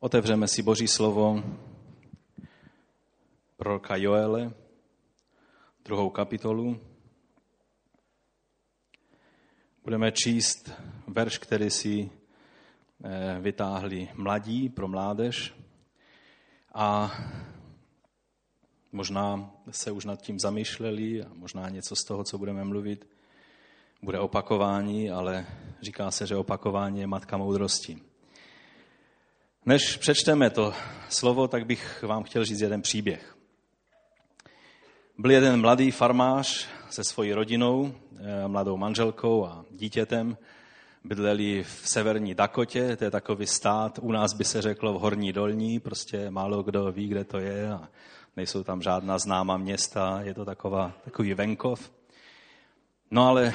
Otevřeme si Boží slovo proroka Joele, 2. kapitolu. Budeme číst verš, který si vytáhli mladí pro mládež a možná se už nad tím zamýšleli a možná něco z toho, co budeme mluvit, bude opakování, ale říká se, že opakování je matka moudrosti. Než přečteme to slovo, tak bych vám chtěl říct jeden příběh. Byl jeden mladý farmář se svojí rodinou, mladou manželkou a dítětem. Bydleli v severní Dakotě, to je takový stát, u nás by se řeklo v Horní Dolní, prostě málo kdo ví, kde to je a nejsou tam žádná známá města, je to takový venkov. No ale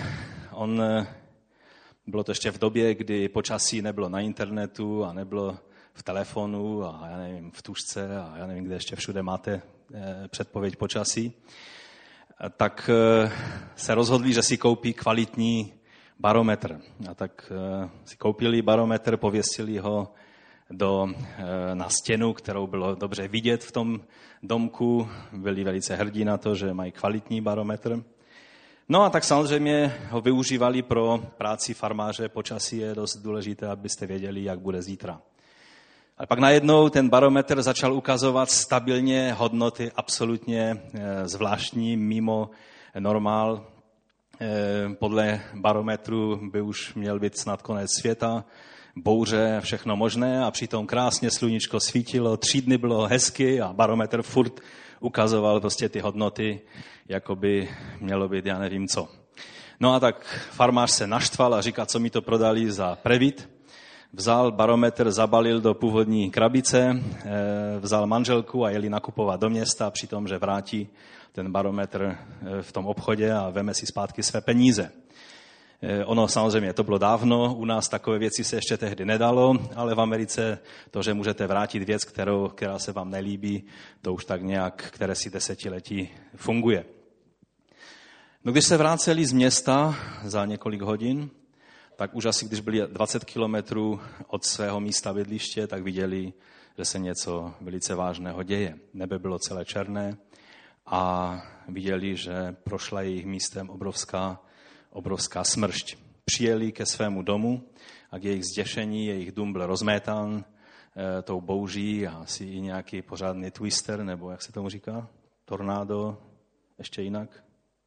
bylo to ještě v době, kdy počasí nebylo na internetu a nebylo v telefonu a já nevím, v tužce a já nevím, kde ještě všude máte předpověď počasí, tak se rozhodli, že si koupí kvalitní barometr. A tak si koupili barometr, pověsili ho na stěnu, kterou bylo dobře vidět v tom domku. Byli velice hrdí na to, že mají kvalitní barometr. No a tak samozřejmě ho využívali pro práci farmáře. Počasí je dost důležité, abyste věděli, jak bude zítra. Ale pak najednou ten barometr začal ukazovat stabilně hodnoty absolutně zvláštní, mimo normál. Podle barometru by už měl být snad konec světa, bouře, všechno možné a přitom krásně sluníčko svítilo, 3 dny bylo hezky a barometr furt ukazoval prostě ty hodnoty, jako by mělo být já nevím co. No a tak farmář se naštval a říká, co mi to prodali za previt. Vzal barometr, zabalil do původní krabice, vzal manželku a jeli nakupovat do města, přitom, že vrátí ten barometr v tom obchodě a veme si zpátky své peníze. Ono samozřejmě, to bylo dávno, u nás takové věci se ještě tehdy nedalo, ale v Americe to, že můžete vrátit věc, která se vám nelíbí, to už tak nějak, které si desetiletí funguje. No když se vraceli z města za několik hodin, tak už asi, když byli 20 kilometrů od svého místa bydliště, tak viděli, že se něco velice vážného děje. Nebe bylo celé černé a viděli, že prošla jejich místem obrovská smršť. Přijeli ke svému domu a k jejich zděšení, jejich dům byl rozmétán tou bouří a asi i nějaký pořádný twister, nebo jak se tomu říká? Tornádo, ještě jinak?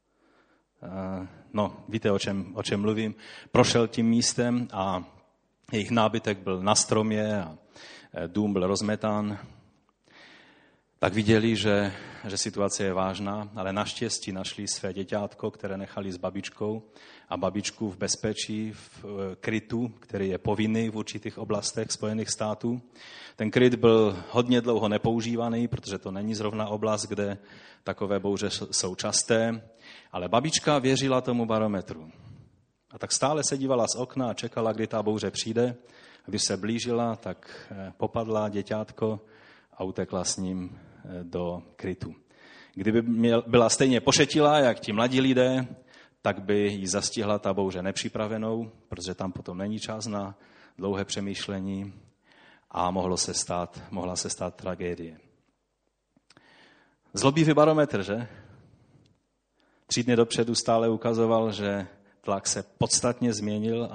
No, víte, o čem mluvím. Prošel tím místem a jejich nábytek byl na stromě a dům byl rozmetán. Tak viděli, že situace je vážná, ale naštěstí našli své děťátko, které nechali s babičkou a babičku v bezpečí, v krytu, který je povinný v určitých oblastech Spojených států. Ten kryt byl hodně dlouho nepoužívaný, protože to není zrovna oblast, kde takové bouře jsou časté, ale babička věřila tomu barometru. A tak stále se dívala z okna a čekala, kdy ta bouře přijde. A když se blížila, tak popadla děťátko a utekla s ním do krytu. Kdyby byla stejně pošetilá, jak ti mladí lidé, tak by ji zastihla ta bouře nepřipravenou, protože tam potom není čas na dlouhé přemýšlení a mohla se stát tragédie. Zlobivý barometr, že? 3 dny dopředu stále ukazoval, že tlak se podstatně změnil,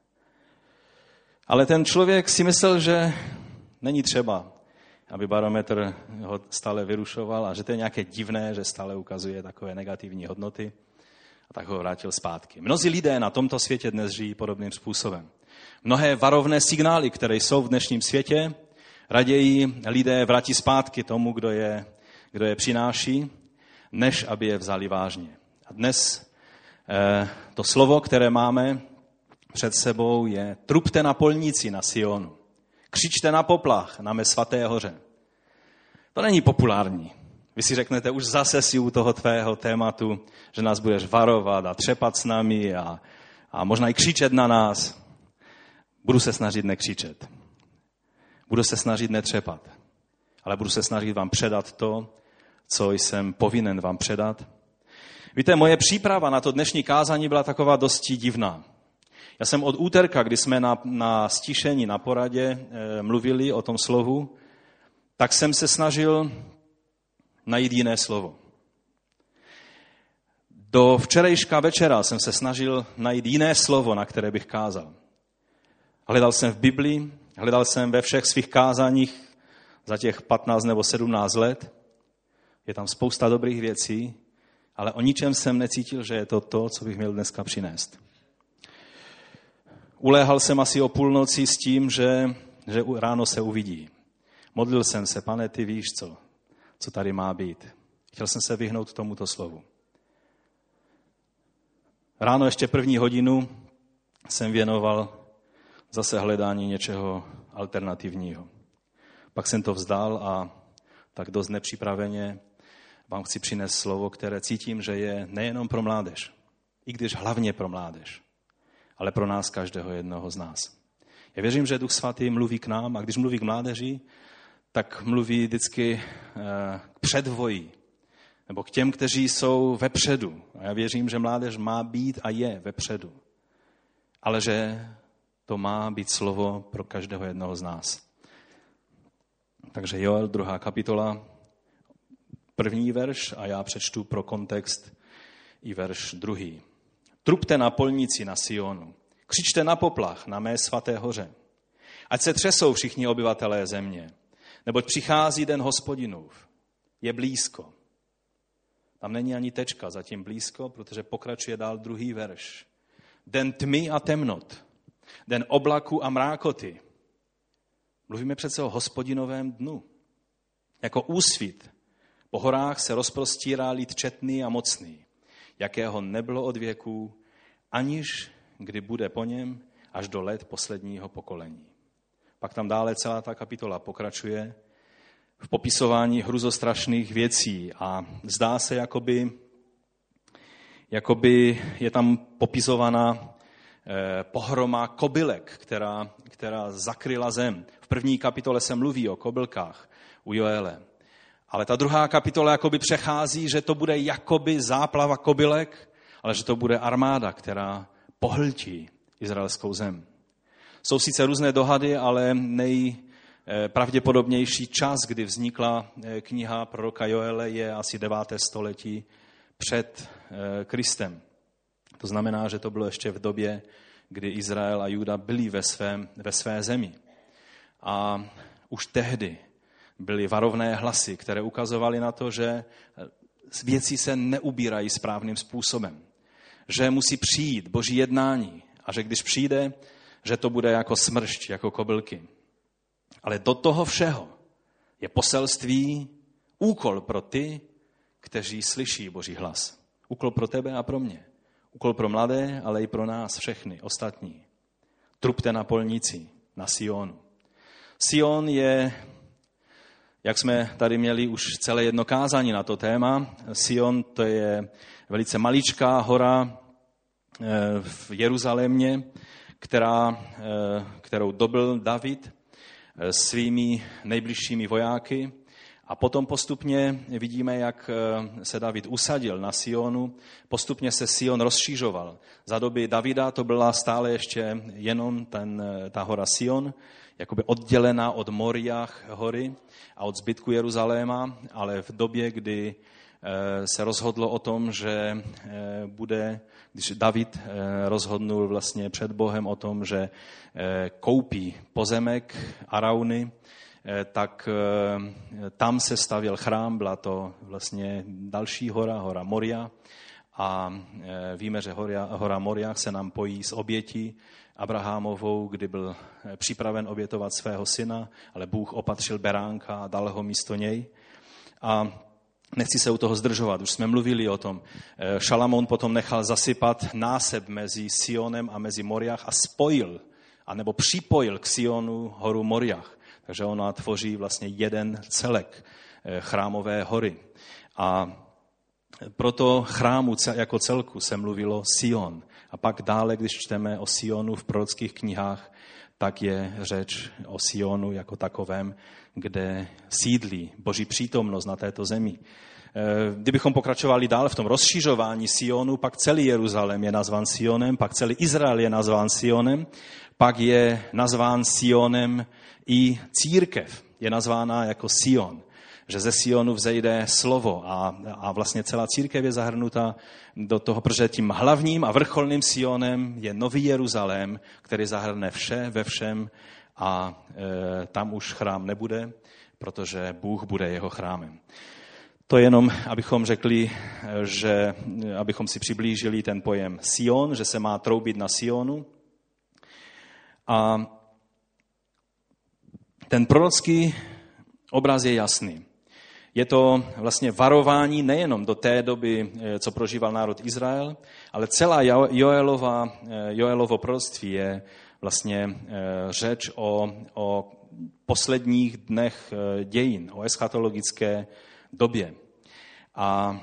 ale ten člověk si myslel, že není třeba, aby barometr ho stále vyrušoval a že to je nějaké divné, že stále ukazuje takové negativní hodnoty a tak ho vrátil zpátky. Mnozí lidé na tomto světě dnes žijí podobným způsobem. Mnohé varovné signály, které jsou v dnešním světě, raději lidé vrátí zpátky tomu, kdo je přináší, než aby je vzali vážně. A dnes to slovo, které máme před sebou, je trubte na polnici na Sionu. Křičte na poplach na mé svaté hoře. To není populární. Vy si řeknete, už zase si u toho tvého tématu, že nás budeš varovat a třepat s námi a možná i křičet na nás. Budu se snažit nekřičet. Budu se snažit netřepat. Ale budu se snažit vám předat to, co jsem povinen vám předat. Víte, moje příprava na to dnešní kázání byla taková dosti divná. Já jsem od úterka, kdy jsme na stišení, na poradě mluvili o tom slovu, tak jsem se snažil najít jiné slovo. Do včerejška večera jsem se snažil najít jiné slovo, na které bych kázal. Hledal jsem v Biblii, hledal jsem ve všech svých kázáních za těch 15 nebo 17 let. Je tam spousta dobrých věcí, ale o ničem jsem necítil, že je to, co bych měl dneska přinést. Uléhal jsem asi o půlnoci s tím, že ráno se uvidí. Modlil jsem se, Pane, ty víš, co tady má být. Chtěl jsem se vyhnout tomuto slovu. Ráno ještě 1. hodinu jsem věnoval zase hledání něčeho alternativního. Pak jsem to vzdal a tak dost nepřipraveně vám chci přinést slovo, které cítím, že je nejenom pro mládež, i když hlavně pro mládež, ale pro nás každého jednoho z nás. Já věřím, že Duch Svatý mluví k nám a když mluví k mládeži, tak mluví vždycky k předvoji, nebo k těm, kteří jsou vepředu. A já věřím, že mládež má být a je vepředu. Ale že to má být slovo pro každého jednoho z nás. Takže Joel, 2. kapitola, 1. verš a já přečtu pro kontext i verš 2. Trubte na polnici na Sionu, křičte na poplach na mé svaté hoře. Ať se třesou všichni obyvatelé země, neboť přichází den Hospodinův, je blízko. Tam není ani tečka, zatím blízko, protože pokračuje dál 2. verš. Den tmy a temnot, den oblaku a mrákoty. Mluvíme přece o Hospodinovém dnu. Jako úsvit po horách se rozprostírá lid četný a mocný, jakého nebylo od věků, aniž kdy bude po něm až do let posledního pokolení. Pak tam dále celá ta kapitola pokračuje v popisování hruzostrašných věcí a zdá se, jakoby je tam popisovaná pohroma kobylek, která zakryla zem. V 1. kapitole se mluví o kobylkách u Joele. Ale ta 2. kapitola jakoby přechází, že to bude jakoby záplava kobylek, ale že to bude armáda, která pohltí izraelskou zem. Jsou sice různé dohady, ale nejpravděpodobnější čas, kdy vznikla kniha proroka Joele, je asi 9. století před Kristem. To znamená, že to bylo ještě v době, kdy Izrael a Juda byli ve své zemi. A už tehdy byly varovné hlasy, které ukazovaly na to, že věci se neubírají správným způsobem. Že musí přijít Boží jednání a že když přijde, že to bude jako smršť, jako kobylky. Ale do toho všeho je poselství, úkol pro ty, kteří slyší Boží hlas. Úkol pro tebe a pro mě. Úkol pro mladé, ale i pro nás všechny ostatní. Trubte na polnici, na Sionu. Sion je, jak jsme tady měli už celé jedno kázání na to téma, Sion to je velice maličká hora v Jeruzalémě, kterou dobyl David svými nejbližšími vojáky. A potom postupně vidíme, jak se David usadil na Sionu. Postupně se Sion rozšířoval. Za doby Davida to byla stále ještě jenom ta hora Sion, jakoby oddělená od Moriach hory a od zbytku Jeruzaléma, ale v době, kdy se rozhodlo o tom, že když David rozhodnul vlastně před Bohem o tom, že koupí pozemek Arauny, tak tam se stavěl chrám, byla to vlastně další hora Moria. A víme, že hora Moria se nám pojí s obětí Abrahamovou, kdy byl připraven obětovat svého syna, ale Bůh opatřil beránka a dal ho místo něj. A nechci se u toho zdržovat, už jsme mluvili o tom. Šalamón potom nechal zasypat násep mezi Sionem a mezi Moriach a spojil, anebo připojil k Sionu horu Moriach. Takže ona tvoří vlastně jeden celek chrámové hory. A proto chrámu jako celku se mluvilo Sion. A pak dále, když čteme o Sionu v prorockých knihách, tak je řeč o Sionu jako takovém, kde sídlí Boží přítomnost na této zemi. Kdybychom pokračovali dál v tom rozšiřování Sionu, pak celý Jeruzalém je nazván Sionem, pak celý Izrael je nazván Sionem, pak je nazván Sionem i církev, je nazvána jako Sion, že ze Sionu vzejde slovo a vlastně celá církev je zahrnuta do toho, protože tím hlavním a vrcholným Sionem je Nový Jeruzalém, který zahrne vše ve všem a tam už chrám nebude, protože Bůh bude jeho chrámem. To jenom, abychom řekli, že abychom si přiblížili ten pojem Sion, že se má troubit na Sionu. A ten prorocký obraz je jasný. Je to vlastně varování nejenom do té doby, co prožíval národ Izrael, ale celá Joelovo proroctví je vlastně řeč o posledních dnech dějin, o eschatologické době. A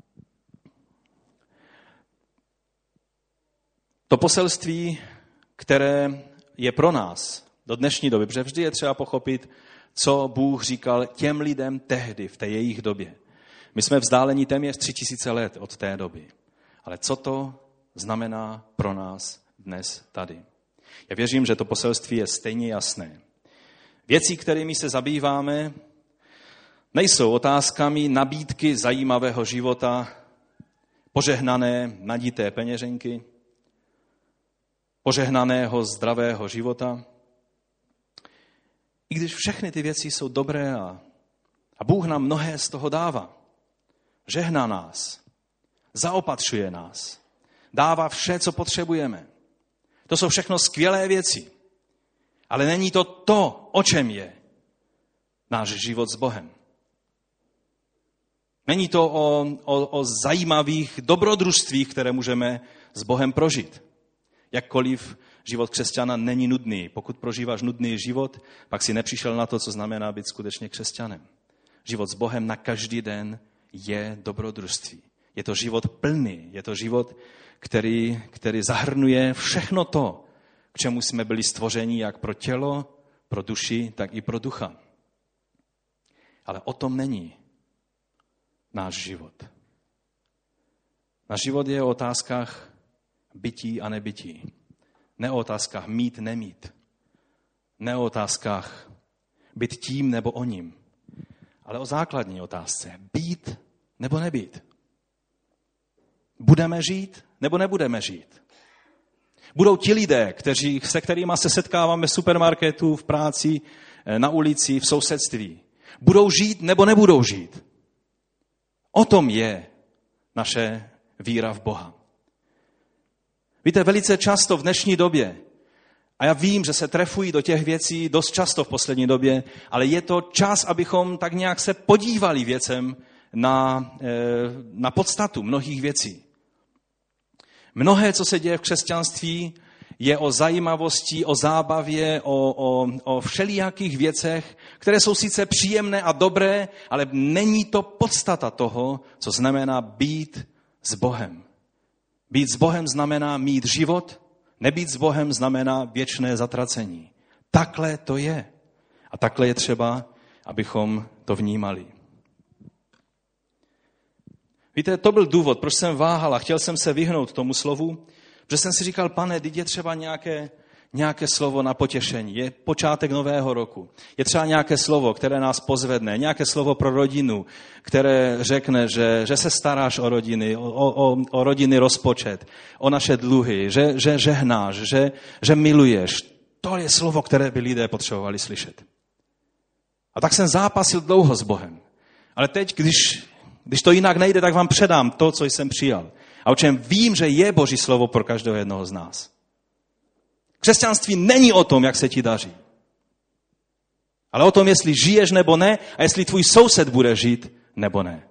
to poselství, které je pro nás do dnešní doby, protože vždy je třeba pochopit, co Bůh říkal těm lidem tehdy, v té jejich době. My jsme vzdáleni téměř 3000 let od té doby. Ale co to znamená pro nás dnes tady? Já věřím, že to poselství je stejně jasné. Věci, kterými se zabýváme, nejsou otázkami nabídky zajímavého života, požehnané, nadité peněženky, požehnaného zdravého života. I když všechny ty věci jsou dobré a Bůh nám mnohé z toho dává. Žehná nás, zaopatřuje nás, dává vše, co potřebujeme. To jsou všechno skvělé věci, ale není to to, o čem je náš život s Bohem. Není to o zajímavých dobrodružstvích, které můžeme s Bohem prožít. Jakkoliv život křesťana není nudný. Pokud prožíváš nudný život, pak si nepřišel na to, co znamená být skutečně křesťanem. Život s Bohem na každý den je dobrodružství. Je to život plný, je to život, který zahrnuje všechno to, k čemu jsme byli stvořeni jak pro tělo, pro duši, tak i pro ducha. Ale o tom není náš život. Náš život je o otázkách bytí a nebytí. Ne o otázkách mít, nemít. Ne o otázkách být tím nebo oním. Ale o základní otázce. Být nebo nebýt. Budeme žít nebo nebudeme žít. Budou ti lidé, se kterými se setkáváme v supermarketu, v práci, na ulici, v sousedství. Budou žít nebo nebudou žít. O tom je naše víra v Boha. Víte, velice často v dnešní době, a já vím, že se trefují do těch věcí dost často v poslední době, ale je to čas, abychom tak nějak se podívali věcem na podstatu mnohých věcí. Mnohé, co se děje v křesťanství, je o zajímavosti, o zábavě, o všelijakých věcech, které jsou sice příjemné a dobré, ale není to podstata toho, co znamená být s Bohem. Být s Bohem znamená mít život, nebýt s Bohem znamená věčné zatracení. Takhle to je. A takhle je třeba, abychom to vnímali. Víte, to byl důvod, proč jsem váhal a chtěl jsem se vyhnout tomu slovu, protože jsem si říkal, Pane, teď je třeba nějaké slovo na potěšení. Je počátek nového roku. Je třeba nějaké slovo, které nás pozvedne, nějaké slovo pro rodinu, které řekne, že se staráš o rodiny, o rodinný rozpočet, o naše dluhy, že žehnáš, že miluješ. To je slovo, které by lidé potřebovali slyšet. A tak jsem zápasil dlouho s Bohem. Ale teď, když to jinak nejde, tak vám předám to, co jsem přijal. A o čem vím, že je Boží slovo pro každého jednoho z nás. Křesťanství není o tom, jak se ti daří. Ale o tom, jestli žiješ nebo ne a jestli tvůj soused bude žít nebo ne.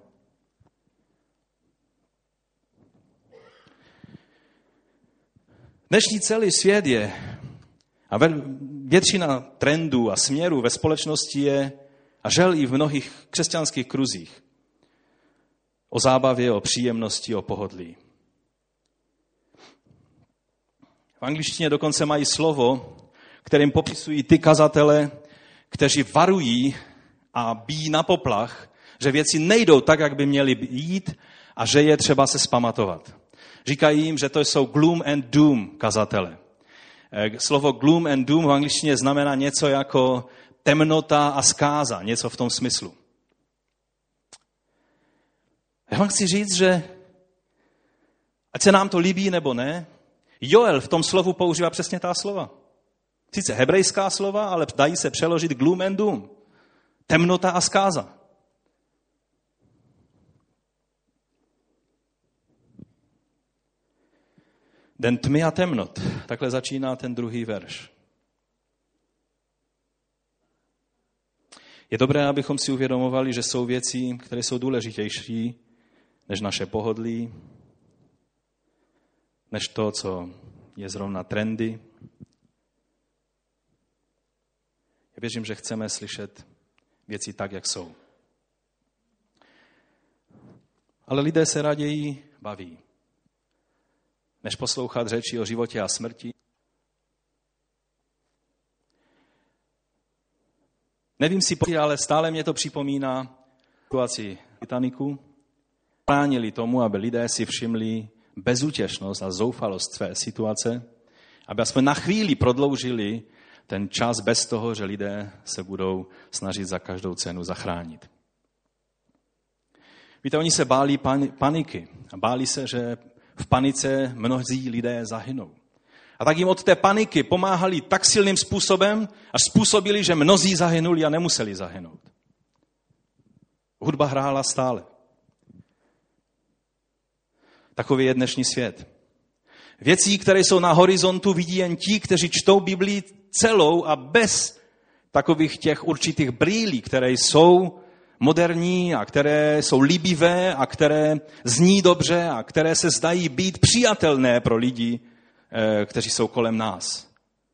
Dnešní celý svět je a většina trendů a směrů ve společnosti je a žel i v mnohých křesťanských kruzích o zábavě, o příjemnosti, o pohodlí. V angličtině dokonce mají slovo, kterým popisují ty kazatele, kteří varují a bijí na poplach, že věci nejdou tak, jak by měly jít a že je třeba se vzpamatovat. Říkají jim, že to jsou gloom and doom kazatele. Slovo gloom and doom v angličtině znamená něco jako temnota a zkáza, něco v tom smyslu. Já vám chci říct, že ať se nám to líbí nebo ne, Joel v tom slovu používá přesně ta slova. Sice hebrejská slova, ale dají se přeložit gloom and doom. Temnota a zkáza. Den tmy a temnot. Takhle začíná ten druhý verš. Je dobré, abychom si uvědomovali, že jsou věci, které jsou důležitější než naše pohodlí, než to, co je zrovna trendy. Já věřím, že chceme slyšet věci tak, jak jsou. Ale lidé se raději baví, než poslouchat řeči o životě a smrti. Nevím si, ale stále mě to připomíná situaci Titaniku. Bránili tomu, aby lidé si všimli bezútěšnost a zoufalost své situace, aby aspoň na chvíli prodloužili ten čas bez toho, že lidé se budou snažit za každou cenu zachránit. Víte, oni se báli paniky a báli se, že v panice mnozí lidé zahynou. A tak jim od té paniky pomáhali tak silným způsobem, až způsobili, že mnozí zahynuli a nemuseli zahynout. Hudba hrála stále. Takový je dnešní svět. Věcí, které jsou na horizontu, vidí jen ti, kteří čtou Biblii celou a bez takových těch určitých brýlí, které jsou moderní a které jsou líbivé a které zní dobře a které se zdají být přijatelné pro lidi, kteří jsou kolem nás.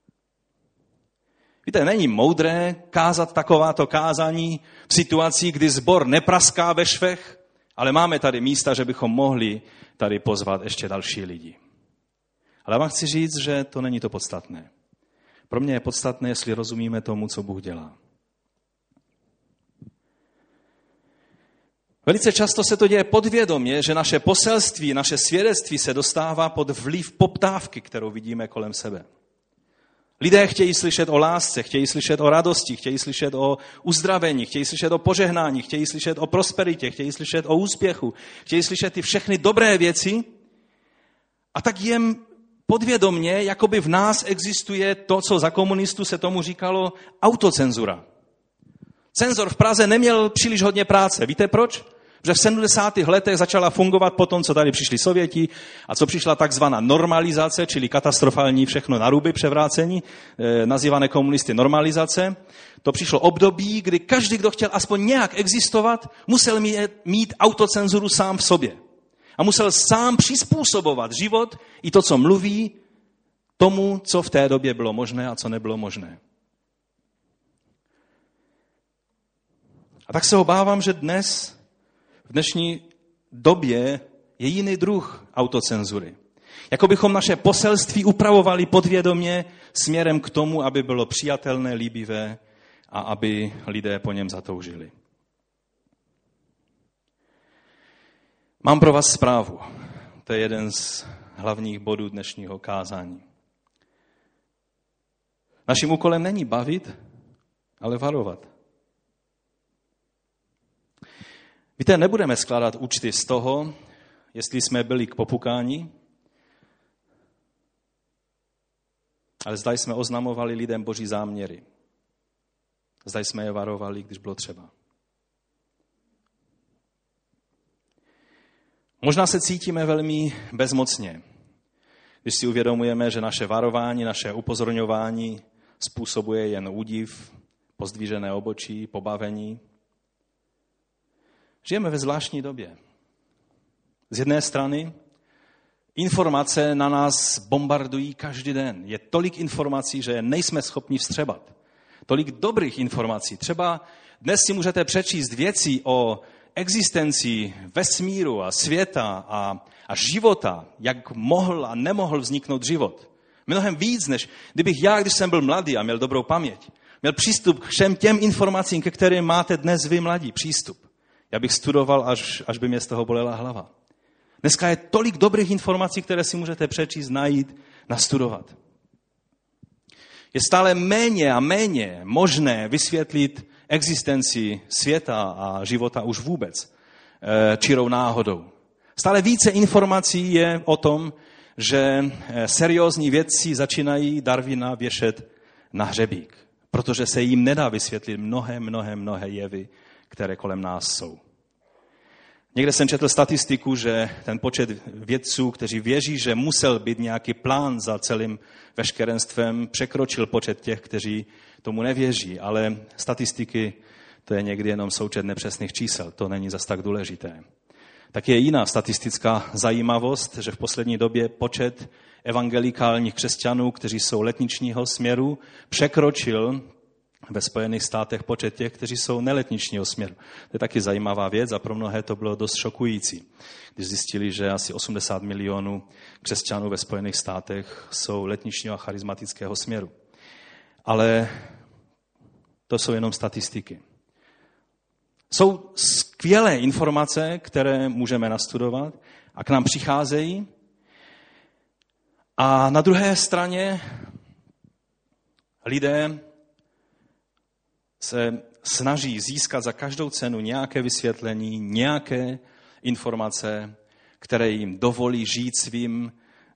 Víte, není moudré kázat takováto kázání v situaci, kdy sbor nepraská ve švech, ale máme tady místa, že bychom mohli tady pozvat ještě další lidi. Ale já vám chci říct, že to není to podstatné. Pro mě je podstatné, jestli rozumíme tomu, co Bůh dělá. Velice často se to děje podvědomě, že naše poselství, naše svědectví se dostává pod vliv poptávky, kterou vidíme kolem sebe. Lidé chtějí slyšet o lásce, chtějí slyšet o radosti, chtějí slyšet o uzdravení, chtějí slyšet o požehnání, chtějí slyšet o prosperitě, chtějí slyšet o úspěchu, chtějí slyšet ty všechny dobré věci. A tak jim podvědomě, jakoby v nás existuje to, co za komunistů se tomu říkalo autocenzura. Cenzor v Praze neměl příliš hodně práce. Víte proč? Protože v 70. letech začala fungovat potom, co tady přišli Sověti a co přišla takzvaná normalizace, čili katastrofální všechno na ruby převrácení, nazývané komunisty normalizace. To přišlo období, kdy každý, kdo chtěl aspoň nějak existovat, musel mít autocenzuru sám v sobě. A musel sám přizpůsobovat život i to, co mluví, tomu, co v té době bylo možné a co nebylo možné. A tak se obávám, že dnes, v dnešní době, je jiný druh autocenzury. Jako bychom naše poselství upravovali podvědomě směrem k tomu, aby bylo přijatelné, líbivé a aby lidé po něm zatoužili. Mám pro vás zprávu. To je jeden z hlavních bodů dnešního kázání. Naším úkolem není bavit, ale varovat. Víte, nebudeme skládat účty z toho, jestli jsme byli k popukání, ale zda jsme oznamovali lidem Boží záměry. Zda jsme je varovali, když bylo třeba. Možná se cítíme velmi bezmocně, když si uvědomujeme, že naše varování, naše upozorňování způsobuje jen údiv, pozdvížené obočí, pobavení. Žijeme ve zvláštní době. Z jedné strany informace na nás bombardují každý den. Je tolik informací, že nejsme schopni vstřebat. Tolik dobrých informací. Třeba dnes si můžete přečíst věci o existenci vesmíru a světa a života, jak mohl a nemohl vzniknout život. Mnohem víc, než kdybych já, když jsem byl mladý a měl dobrou paměť, měl přístup k všem těm informacím, ke kterým máte dnes vy mladí přístup. Já bych studoval, až by mě z toho bolela hlava. Dneska je tolik dobrých informací, které si můžete přečíst, najít, nastudovat. Je stále méně a méně možné vysvětlit existenci světa a života už vůbec čirou náhodou. Stále více informací je o tom, že seriózní vědci začínají Darwina věšet na hřebík, protože se jim nedá vysvětlit mnohé jevy, které kolem nás jsou. Někde jsem četl statistiku, že ten počet vědců, kteří věří, že musel být nějaký plán za celým veškerenstvem, překročil počet těch, kteří tomu nevěří, ale statistiky, to je někdy jenom součet nepřesných čísel, to není zas tak důležité. Tak je jiná statistická zajímavost, že v poslední době počet evangelikálních křesťanů, kteří jsou letničního směru, překročil ve Spojených státech počet těch, kteří jsou neletničního směru. To je taky zajímavá věc a pro mnohé to bylo dost šokující, když zjistili, že asi 80 milionů křesťanů ve Spojených státech jsou letničního a charismatického směru. Ale to jsou jenom statistiky. Jsou skvělé informace, které můžeme nastudovat a k nám přicházejí. A na druhé straně lidé se snaží získat za každou cenu nějaké vysvětlení, nějaké informace, které jim dovolí žít svým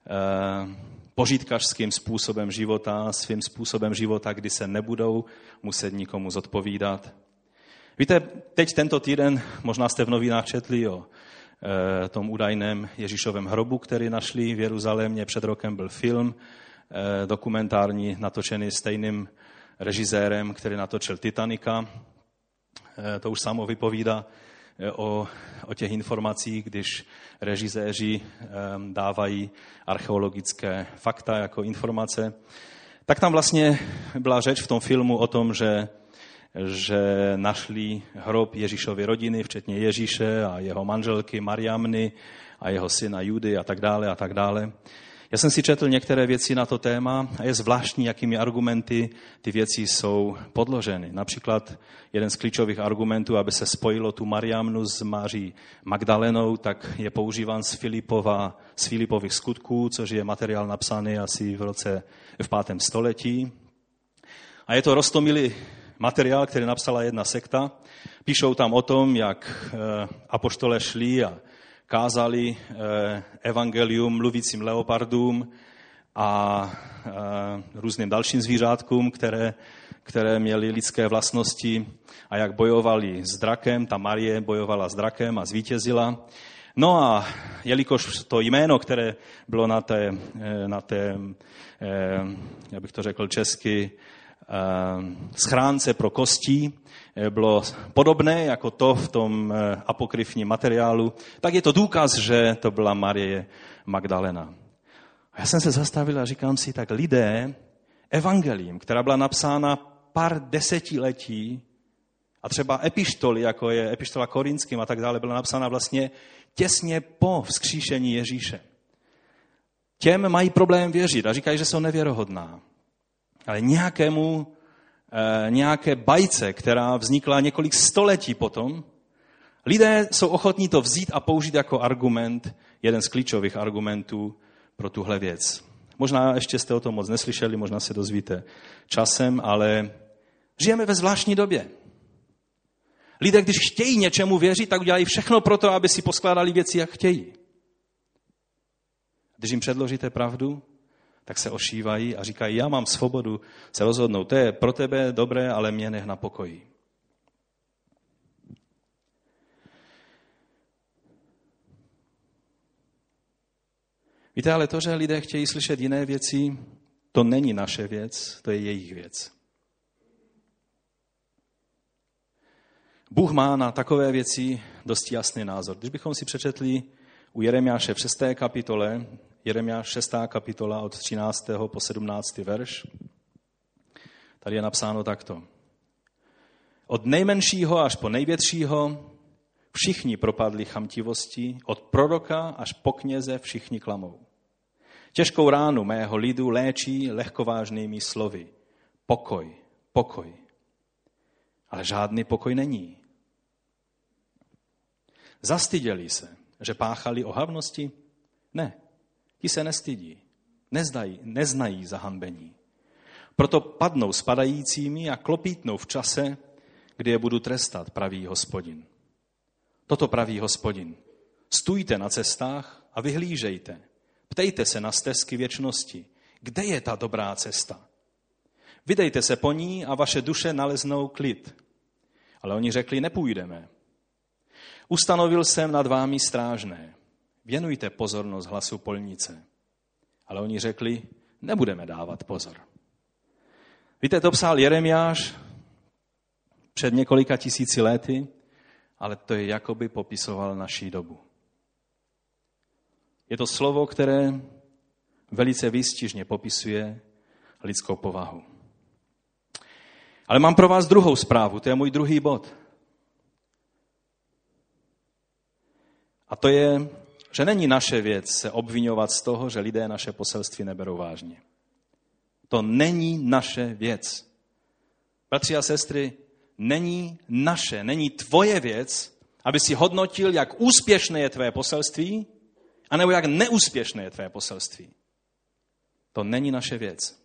požitkařským způsobem života, svým způsobem života, kdy se nebudou muset nikomu zodpovídat. Víte, teď tento týden, možná jste v novinách četli o tom údajném Ježíšovém hrobu, který našli v Jeruzalémě. Před rokem byl film dokumentární, natočený stejným režisérem, který natočil Titanica. To už samo vypovídá o těch informacích, když režiséři dávají archeologické fakta jako informace. Tak tam vlastně byla řeč v tom filmu o tom, že našli hrob Ježíšovy rodiny, včetně Ježíše a jeho manželky Mariamny a jeho syna Judy a tak dále a tak dále. Já jsem si četl některé věci na to téma a je zvláštní, jakými argumenty ty věci jsou podloženy. Například jeden z klíčových argumentů, aby se spojilo tu Mariamnu s Maří Magdalenou, tak je používán z Filipových skutků, což je materiál napsaný asi v 5. století. A je to roztomilý materiál, který napsala jedna sekta. Píšou tam o tom, jak apoštole šli a kázali evangelium mluvícím leopardům a různým dalším zvířátkům, které měly lidské vlastnosti a jak bojovali s drakem. Ta Marie bojovala s drakem a zvítězila. No a jelikož to jméno, které bylo na té já bych to řekl česky, schránce pro kostí, bylo podobné jako to v tom apokryfním materiálu, tak je to důkaz, že to byla Marie Magdalena. A já jsem se zastavil a říkám si, tak lidé evangelium, která byla napsána pár desetiletí a třeba epištoly, jako je epištola Korinským a tak dále, byla napsána vlastně těsně po vzkříšení Ježíše. Těm mají problém věřit a říkají, že jsou nevěrohodná. Ale nějaké bajce, která vznikla několik století potom, lidé jsou ochotní to vzít a použít jako argument, jeden z klíčových argumentů pro tuhle věc. Možná ještě jste o tom moc neslyšeli, možná se dozvíte časem, ale žijeme ve zvláštní době. Lidé, když chtějí něčemu věřit, tak udělají všechno pro to, aby si poskládali věci, jak chtějí. Když jim předložíte pravdu, tak se ošívají a říkají, já mám svobodu se rozhodnout. To je pro tebe dobré, ale mě nech na pokoji. Víte, ale to, že lidé chtějí slyšet jiné věci, to není naše věc, to je jejich věc. Bůh má na takové věci dost jasný názor. Když bychom si přečetli u Jeremiáše v 6. kapitole, Jeremiáš 6. kapitola od 13. po 17. verš. Tady je napsáno takto. Od nejmenšího až po největšího všichni propadli chamtivosti, od proroka až po kněze všichni klamou. Těžkou ránu mého lidu léčí lehkovážnými slovy. Pokoj, pokoj. Ale žádný pokoj není. Zastyděli se, že páchali ohavnosti? Ne, ti se nestydí, neznají zahanbení. Proto padnou spadajícími a klopítnou v čase, kdy je budu trestat, praví Hospodin. Toto praví Hospodin. Stůjte na cestách a vyhlížejte. Ptejte se na stezky věčnosti. Kde je ta dobrá cesta? Vydejte se po ní a vaše duše naleznou klid. Ale oni řekli, nepůjdeme. Ustanovil jsem nad vámi strážné. Věnujte pozornost hlasu polnice. Ale oni řekli, nebudeme dávat pozor. Víte, to psal Jeremiáš před několika tisíci lety, ale to je jakoby popisoval naší dobu. Je to slovo, které velice výstižně popisuje lidskou povahu. Ale mám pro vás druhou zprávu, to je můj druhý bod. A to je, že není naše věc se obviňovat z toho, že lidé naše poselství neberou vážně. To není naše věc. Bratři a sestry, není tvoje věc, aby si hodnotil, jak úspěšné je tvé poselství, anebo jak neúspěšné je tvé poselství. To není naše věc.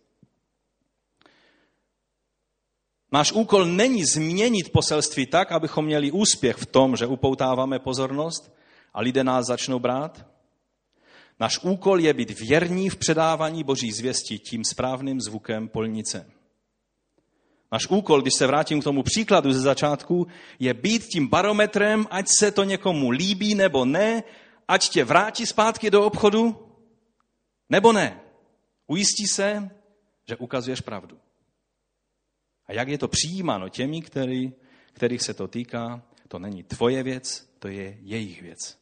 Náš úkol není změnit poselství tak, abychom měli úspěch v tom, že upoutáváme pozornost a lidé nás začnou brát. Náš úkol je být věrní v předávání Boží zvěsti tím správným zvukem polnice. Náš úkol, když se vrátím k tomu příkladu ze začátku, je být tím barometrem, ať se to někomu líbí nebo ne, ať tě vrátí zpátky do obchodu, nebo ne. Ujistí se, že ukazuješ pravdu. A jak je to přijímáno těmi, kterých se to týká, to není tvoje věc, to je jejich věc.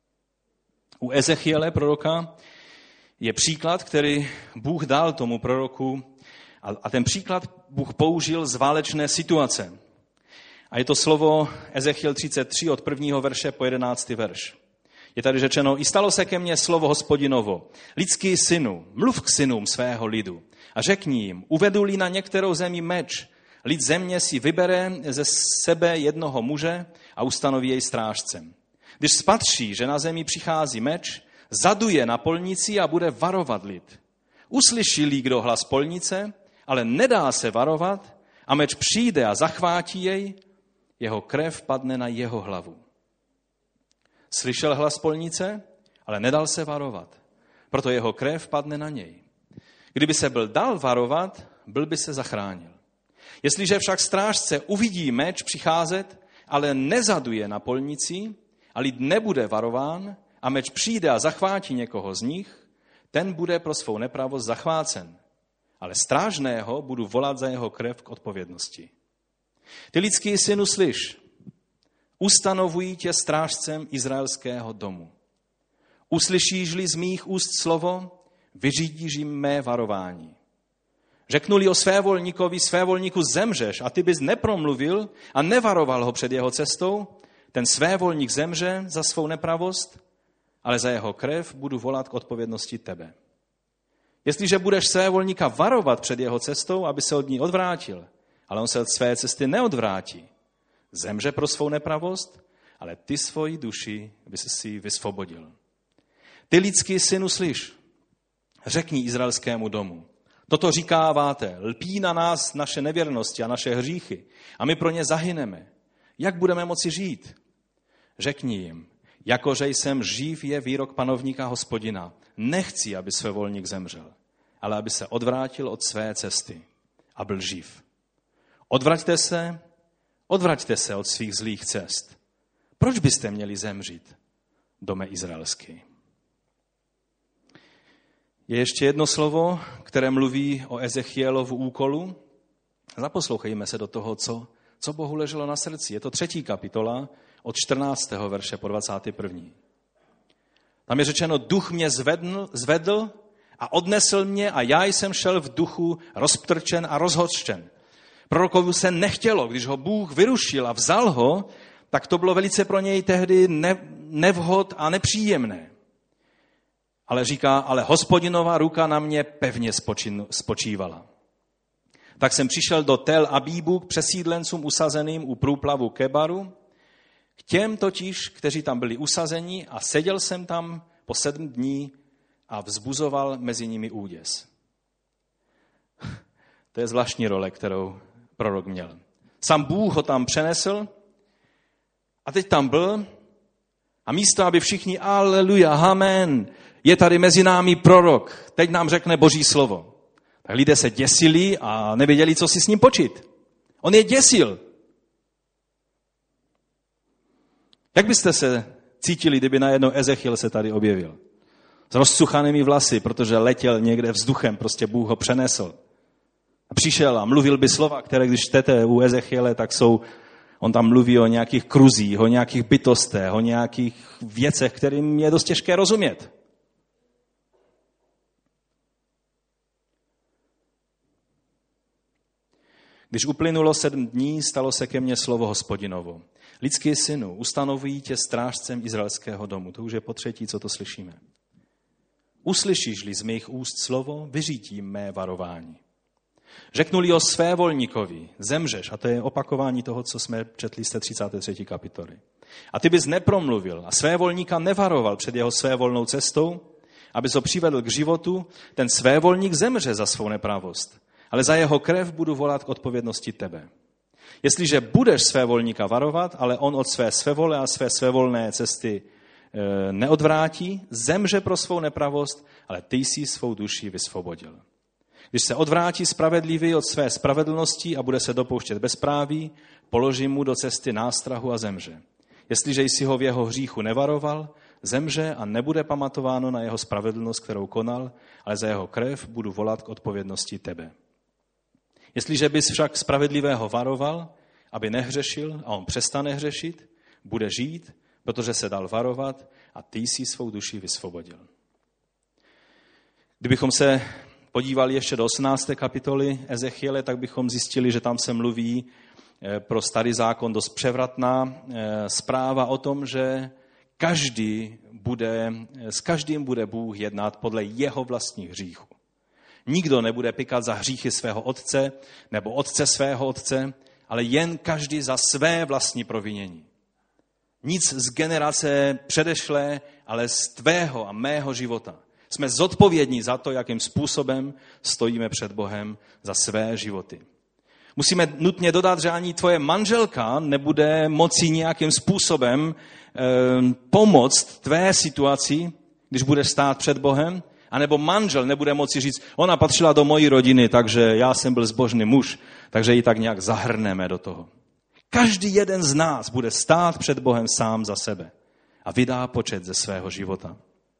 U Ezechiele, proroka, je příklad, který Bůh dal tomu proroku, a ten příklad Bůh použil z válečné situace. A je to slovo Ezechiel 33 od 1. verše po 11. verš. Je tady řečeno, i stalo se ke mně slovo Hospodinovo, lidský synu, mluv k synům svého lidu a řekni jim, uvedu-li na některou zemi meč, lid země si vybere ze sebe jednoho muže a ustanoví jej strážcem. Když spatří, že na zemi přichází meč, zaduje na polnici a bude varovat lid. Uslyší-li kdo hlas polnice, ale nedá se varovat a meč přijde a zachvátí jej, jeho krev padne na jeho hlavu. Slyšel hlas polnice, ale nedal se varovat, proto jeho krev padne na něj. Kdyby se byl dal varovat, byl by se zachránil. Jestliže však strážce uvidí meč přicházet, ale nezaduje na polnici a lid nebude varován a meč přijde a zachvátí někoho z nich, ten bude pro svou nepravost zachvácen. Ale strážného budu volat za jeho krev k odpovědnosti. Ty lidský synu, slyš, ustanovují tě strážcem izraelského domu. Uslyšíš-li z mých úst slovo, vyřídíš jim mé varování. Řeknu-li o svévolníku zemřeš a ty bys nepromluvil a nevaroval ho před jeho cestou, ten svévolník zemře za svou nepravost, ale za jeho krev budu volat k odpovědnosti tebe. Jestliže budeš svévolníka varovat před jeho cestou, aby se od ní odvrátil, ale on se od své cesty neodvrátí, zemře pro svou nepravost, ale ty svoji duši by se si vysvobodil. Ty lidský synu, slyš, řekni izraelskému domu, toto říkáváte, lpí na nás naše nevěrnosti a naše hříchy a my pro ně zahyneme. Jak budeme moci žít? Řekni jim, jakože jsem živ je výrok panovníka Hospodina. Nechci, aby svévolník zemřel, ale aby se odvrátil od své cesty a byl živ. Odvraťte se od svých zlých cest. Proč byste měli zemřít, dome izraelský? Je ještě jedno slovo, které mluví o Ezechielovu úkolu. Zaposlouchejme se do toho, co Bohu leželo na srdci. Je to 3. kapitola od 14. verše po 21. Tam je řečeno, duch mě zvedl a odnesl mě a já jsem šel v duchu rozptrčen a rozhořčen. Prorokovi se nechtělo, když ho Bůh vyrušil a vzal ho, tak to bylo velice pro něj tehdy nevhod a nepříjemné. Ale říká, ale Hospodinova ruka na mě pevně spočívala. Tak jsem přišel do Tel Abíbu k přesídlencům usazeným u průplavu Kebaru, k těm totiž, kteří tam byli usazeni, a seděl jsem tam po 7 dní a vzbuzoval mezi nimi úděs. To je zvláštní role, kterou prorok měl. Sám Bůh ho tam přenesl a teď tam byl a místo, aby všichni aleluja, amen, je tady mezi námi prorok, teď nám řekne Boží slovo. Tak lidé se děsili a nevěděli, co si s ním počít. On je děsil. Jak byste se cítili, kdyby najednou Ezechiel se tady objevil? S rozcuchanými vlasy, protože letěl někde vzduchem, prostě Bůh ho přenesl. A přišel a mluvil by slova, které když čtete u Ezechiele, tak on tam mluví o nějakých kruzích, o nějakých bytostech, o nějakých věcech, kterým je dost těžké rozumět. Když uplynulo 7 dní, stalo se ke mně slovo Hospodinovo. Lidský synu, ustanovují tě strážcem izraelského domu. To už je potřetí, co to slyšíme. Uslyšíš-li z mých úst slovo, vyřídím mé varování. Řeknuli o svévolníkovi, zemřeš, a to je opakování toho, co jsme četli z té 33. kapitoly. A ty bys nepromluvil a svévolníka nevaroval před jeho svévolnou cestou, abys ho přivedl k životu, ten svévolník zemře za svou nepravost, ale za jeho krev budu volat k odpovědnosti tebe. Jestliže budeš svévolníka varovat, ale on od své svévole a své svévolné cesty neodvrátí, zemře pro svou nepravost, ale ty jsi svou duši vysvobodil. Když se odvrátí spravedlivý od své spravedlnosti a bude se dopouštět bezpráví, položím mu do cesty nástrahu a zemře. Jestliže jsi ho v jeho hříchu nevaroval, zemře a nebude pamatováno na jeho spravedlnost, kterou konal, ale za jeho krev budu volat k odpovědnosti tebe. Jestliže bys však spravedlivého varoval, aby nehřešil a on přestane hřešit, bude žít, protože se dal varovat a ty jsi svou duši vysvobodil. Kdybychom se podívali ještě do 18. kapitoly Ezechiele, tak bychom zjistili, že tam se mluví pro starý zákon dost převratná zpráva o tom, že s každým bude Bůh jednat podle jeho vlastních hříchů. Nikdo nebude pykat za hříchy svého otce nebo otce svého otce, ale jen každý za své vlastní provinění. Nic z generace předešlé, ale z tvého a mého života. Jsme zodpovědní za to, jakým způsobem stojíme před Bohem za své životy. Musíme nutně dodat, že ani tvoje manželka nebude moci nějakým způsobem pomoct tvé situaci, když budeš stát před Bohem, anebo manžel nebude moci říct, ona patřila do mojí rodiny, takže já jsem byl zbožný muž, takže ji tak nějak zahrneme do toho. Každý jeden z nás bude stát před Bohem sám za sebe a vydá počet ze svého života.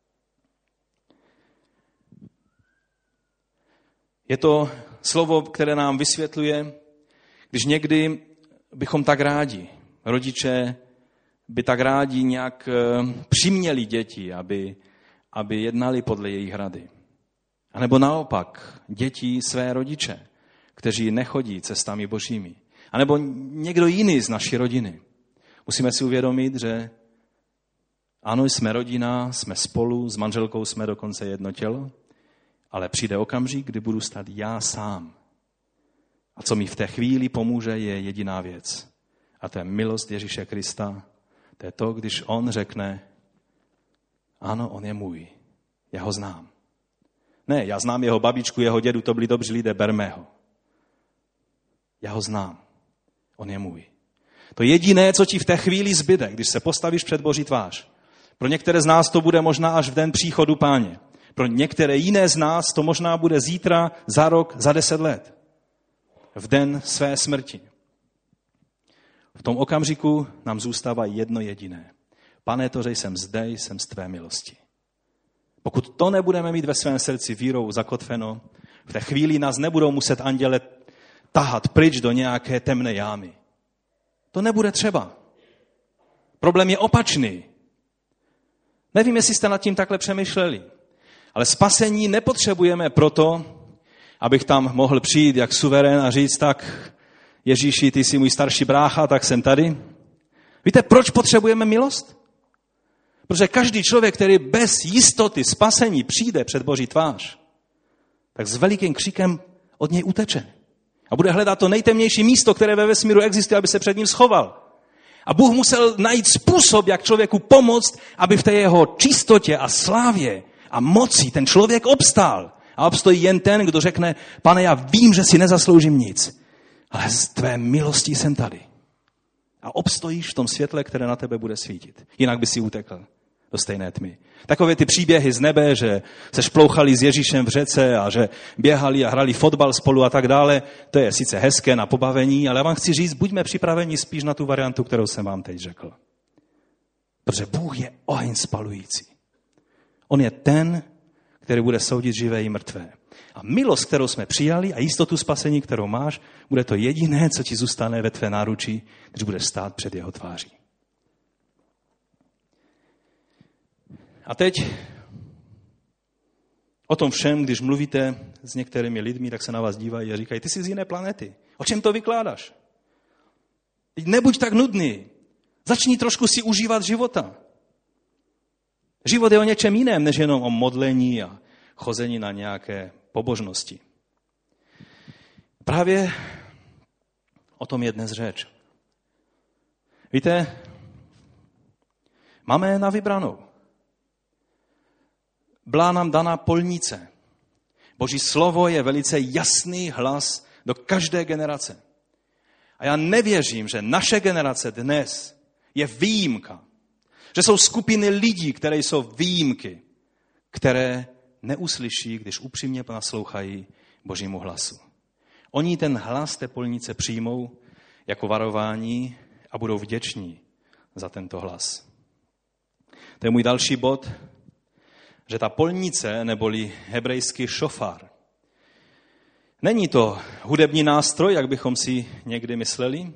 Je to slovo, které nám vysvětluje, když někdy bychom tak rádi, rodiče by tak rádi nějak přiměli děti, aby jednali podle jejich rady. A nebo naopak děti své rodiče, kteří nechodí cestami božími. A nebo někdo jiný z naší rodiny. Musíme si uvědomit, že ano, jsme rodina, jsme spolu, s manželkou jsme dokonce jedno tělo, ale přijde okamžik, kdy budu stát já sám. A co mi v té chvíli pomůže, je jediná věc. A to je milost Ježíše Krista. To je to, když on řekne, ano, on je můj, já ho znám. Ne, já znám jeho babičku, jeho dědu, to byli dobří lidé, berme ho. Já ho znám, on je můj. To jediné, co ti v té chvíli zbyde, když se postavíš před Boží tvář. Pro některé z nás to bude možná až v den příchodu Páně. Pro některé jiné z nás to možná bude zítra, za rok, za 10 let. V den své smrti. V tom okamžiku nám zůstává jedno jediné. Pane, to, že jsem zde, jsem z tvé milosti. Pokud to nebudeme mít ve svém srdci vírou zakotveno, v té chvíli nás nebudou muset anděle tahat pryč do nějaké temné jámy. To nebude třeba. Problém je opačný. Nevím, jestli jste nad tím takhle přemýšleli, ale spasení nepotřebujeme proto, abych tam mohl přijít jak suverén a říct tak, Ježíši, ty jsi můj starší brácha, tak jsem tady. Víte, proč potřebujeme milost? Protože každý člověk, který bez jistoty spasení přijde před Boží tvář, tak s velikým křikem od něj uteče. A bude hledat to nejtemnější místo, které ve vesmíru existuje, aby se před ním schoval. A Bůh musel najít způsob, jak člověku pomoct, aby v té jeho čistotě a slávě a moci ten člověk obstál. A obstojí jen ten, kdo řekne, Pane, já vím, že si nezasloužím nic, ale z tvé milostí jsem tady. A obstojíš v tom světle, které na tebe bude svítit. Jinak by si utekl do stejné tmy. Takové ty příběhy z nebe, že se šplouchali s Ježíšem v řece a že běhali a hrali fotbal spolu a tak dále, to je sice hezké na pobavení, ale já vám chci říct, buďme připraveni spíš na tu variantu, kterou jsem vám teď řekl. Protože Bůh je oheň spalující. On je ten, který bude soudit živé i mrtvé. A milost, kterou jsme přijali a jistotu spasení, kterou máš, bude to jediné, co ti zůstane ve tvé náručí, když budeš stát před jeho tváří. A teď o tom všem, když mluvíte s některými lidmi, tak se na vás dívají a říkají, ty jsi z jiné planety. O čem to vykládáš? Nebuď tak nudný. Začni trošku si užívat života. Život je o něčem jiném, než jenom o modlení a chození na nějaké pobožnosti. Právě o tom je dnes řeč. Víte, máme na vybranou. Byla nám daná polnice. Boží slovo je velice jasný hlas do každé generace. A já nevěřím, že naše generace dnes je výjimka. Že jsou skupiny lidí, které jsou výjimky, které neuslyší, když upřímně naslouchají Božímu hlasu. Oni ten hlas té polnice přijmou jako varování a budou vděční za tento hlas. To je můj další bod, že ta polnice, neboli hebrejský šofár, není to hudební nástroj, jak bychom si někdy mysleli.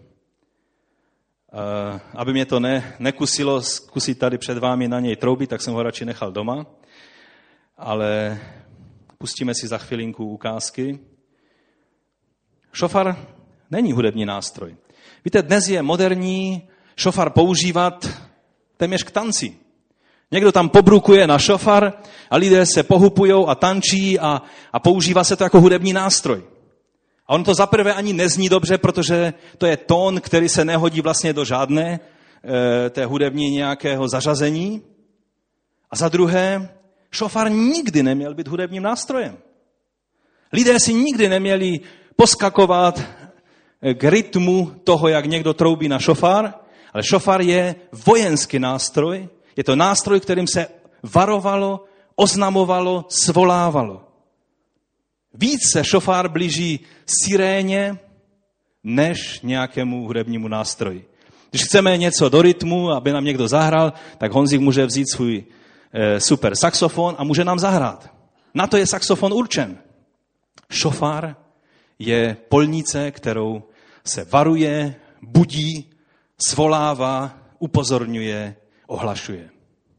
Aby mě to nekusilo zkusit tady před vámi na něj troubit, tak jsem ho radši nechal doma. Ale pustíme si za chvilinku ukázky. Šofar není hudební nástroj. Víte, dnes je moderní šofar používat téměř k tanci. Někdo tam pobrukuje na šofar a lidé se pohupujou a tančí a používá se to jako hudební nástroj. A on to zaprvé ani nezní dobře, protože to je tón, který se nehodí vlastně do žádné té hudební nějakého zařazení. A za druhé, šofár nikdy neměl být hudebním nástrojem. Lidé si nikdy neměli poskakovat k rytmu toho, jak někdo troubí na šofár, ale šofár je vojenský nástroj. Je to nástroj, kterým se varovalo, oznamovalo, svolávalo. Víc se šofár blíží siréně, než nějakému hudebnímu nástroji. Když chceme něco do rytmu, aby nám někdo zahrál, tak Honzik může vzít svůj super saxofon a může nám zahrát. Na to je saxofon určen. Šofár je polnice, kterou se varuje, budí, svolává, upozorňuje, ohlašuje.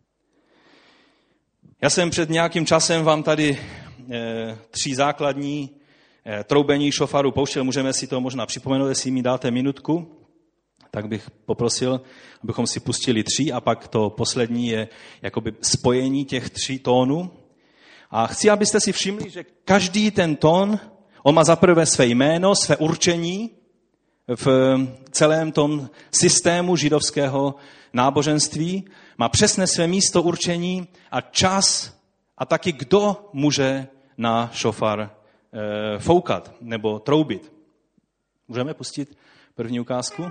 Já jsem před nějakým časem vám tady 3 základní troubení šofaru pouštěl. Můžeme si to možná připomenout, jestli mi dáte minutku, tak bych poprosil, abychom si pustili 3 a pak to poslední je jakoby spojení těch 3 tónů. A chci, abyste si všimli, že každý ten tón, on má zaprvé své jméno, své určení v celém tom systému židovského náboženství, má přesné své místo určení a čas a taky kdo může na šofar foukat nebo troubit. Můžeme pustit první ukázku?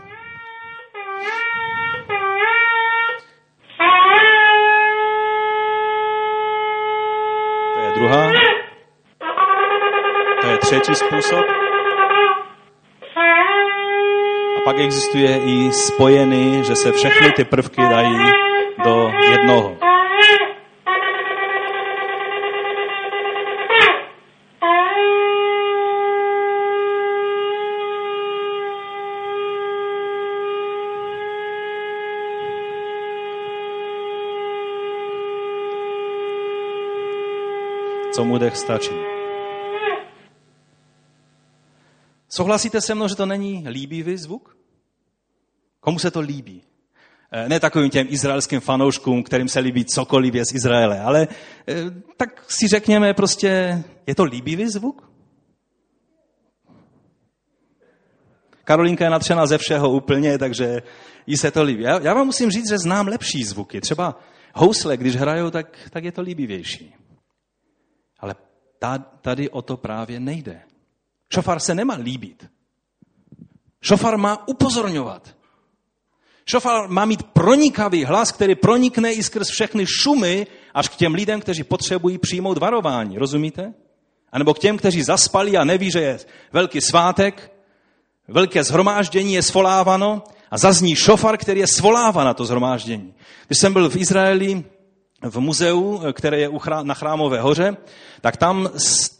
To je druhá. To je třetí způsob. A pak existuje i spojený, že se všechny ty prvky dají do jednoho. Co mu dech stačí. Souhlasíte se mnou, že to není líbivý zvuk? Komu se to líbí? Ne takovým těm izraelským fanouškům, kterým se líbí cokoliv je z Izraele, ale tak si řekněme prostě, je to líbivý zvuk? Karolinka je nadšená ze všeho úplně, takže jí se to líbí. Já vám musím říct, že znám lepší zvuky. Třeba housle, když hrajou, tak je to líbivější. Ale tady o to právě nejde. Šofár se nemá líbit. Šofár má upozorňovat. Šofár má mít pronikavý hlas, který pronikne i skrz všechny šumy až k těm lidem, kteří potřebují přijmout varování. Rozumíte? A nebo k těm, kteří zaspali a neví, že je velký svátek, velké shromáždění je svoláváno a zazní šofar, který je svolává na to shromáždění. Když jsem byl v Izraeli v muzeu, které je na Chrámové hoře, tak tam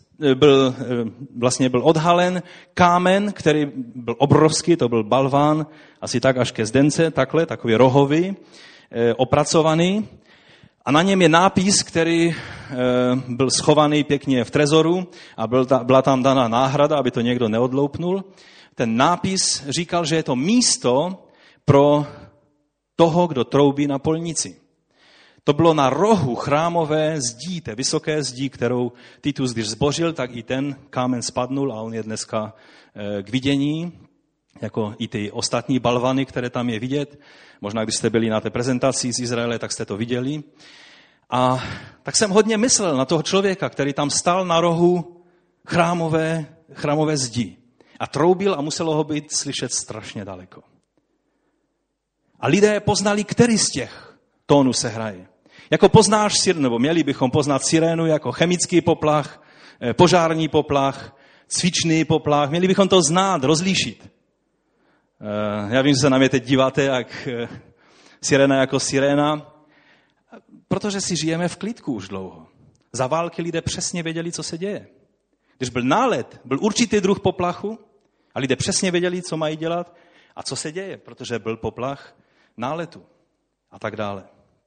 byl odhalen kámen, který byl obrovský, to byl balván, asi tak až ke zdence, takhle, takový rohový, opracovaný. A na něm je nápis, který byl schovaný pěkně v trezoru a byla tam daná náhrada, aby to někdo neodloupnul. Ten nápis říkal, že je to místo pro toho, kdo troubí na polnici. To bylo na rohu chrámové zdí, té vysoké zdí, kterou Titus, když zbořil, tak i ten kámen spadnul a on je dneska k vidění, jako i ty ostatní balvany, které tam je vidět. Možná, když jste byli na té prezentaci z Izraele, tak jste to viděli. A tak jsem hodně myslel na toho člověka, který tam stál na rohu chrámové zdi. A troubil a muselo ho být slyšet strašně daleko. A lidé poznali, který z těch tónů se hraje. Jako poznáš, nebo měli bychom poznat sirénu jako chemický poplach, požární poplach, cvičný poplach. Měli bychom to znát, rozlíšit. Já vím, že se na mě teď díváte, jak siréna jako siréna, protože si žijeme v klidku už dlouho. Za války lidé přesně věděli, co se děje. Když byl nálet, byl určitý druh poplachu a lidé přesně věděli, co mají dělat a co se děje, protože byl poplach náletu a tak dále.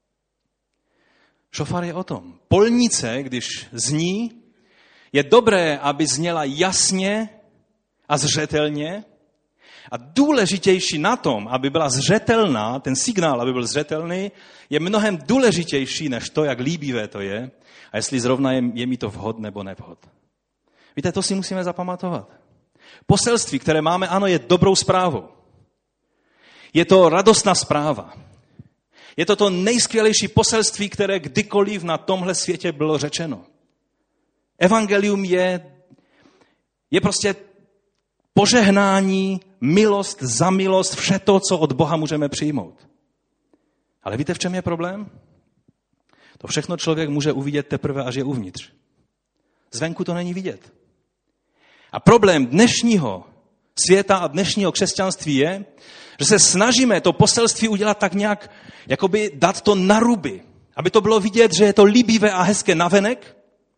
Šofár je o tom. Polnice, když zní, je dobré, aby zněla jasně a zřetelně a důležitější na tom, aby byla zřetelná, ten signál, aby byl zřetelný, je mnohem důležitější než to, jak líbivé to je a jestli zrovna je mi to vhod nebo nevhod. Víte, to si musíme zapamatovat. Poselství, které máme, ano, je dobrou zprávou. Je to radostná zpráva. Je to nejskvělejší poselství, které kdykoliv na tomhle světě bylo řečeno. Evangelium je prostě požehnání, milost za milost, vše to, co od Boha můžeme přijmout. Ale víte, v čem je problém? To všechno člověk může uvidět teprve, až je uvnitř. Zvenku to není vidět. A problém dnešního světa a dnešního křesťanství je, že se snažíme to poselství udělat tak nějak, jakoby dát to na ruby, aby to bylo vidět, že je to líbivé a hezké navenek,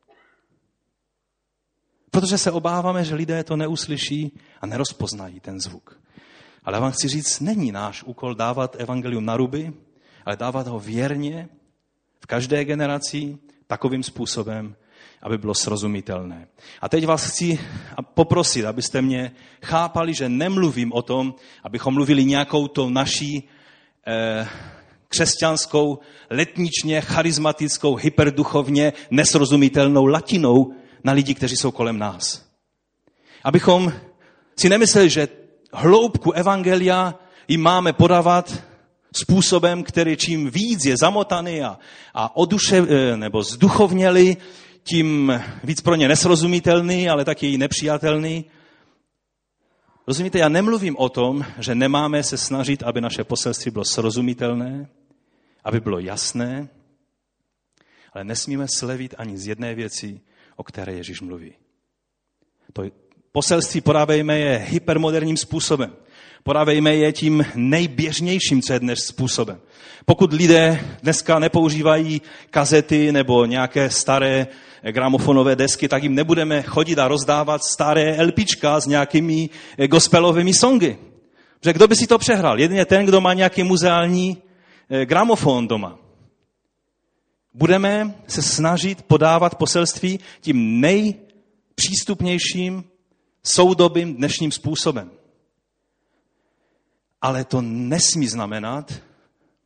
protože se obáváme, že lidé to neuslyší a nerozpoznají ten zvuk. Ale já vám chci říct, není náš úkol dávat evangelium na ruby, ale dávat ho věrně v každé generaci takovým způsobem, aby bylo srozumitelné. A teď vás chci poprosit, abyste mě chápali, že nemluvím o tom, abychom mluvili nějakou tou naší křesťanskou, letničně, charismatickou, hyperduchovně, nesrozumitelnou latinou na lidi, kteří jsou kolem nás. Abychom si nemysleli, že hloubku evangelia jim máme podávat způsobem, který čím víc je zamotaný a nebo zduchovnělý, tím víc pro ně nesrozumitelný, ale taky i nepřijatelný. Rozumíte, já nemluvím o tom, že nemáme se snažit, aby naše poselství bylo srozumitelné, aby bylo jasné, ale nesmíme slevit ani z jedné věci, o které Ježíš mluví. To poselství podávejme je hypermoderním způsobem. Podávejme je tím nejběžnějším, co je dnes způsobem. Pokud lidé dneska nepoužívají kazety nebo nějaké staré gramofonové desky, tak jim nebudeme chodit a rozdávat staré LPčka s nějakými gospelovými songy. Protože kdo by si to přehrál? Jedině ten, kdo má nějaký muzeální gramofon doma. Budeme se snažit podávat poselství tím nejpřístupnějším soudobým dnešním způsobem. Ale to nesmí znamenat,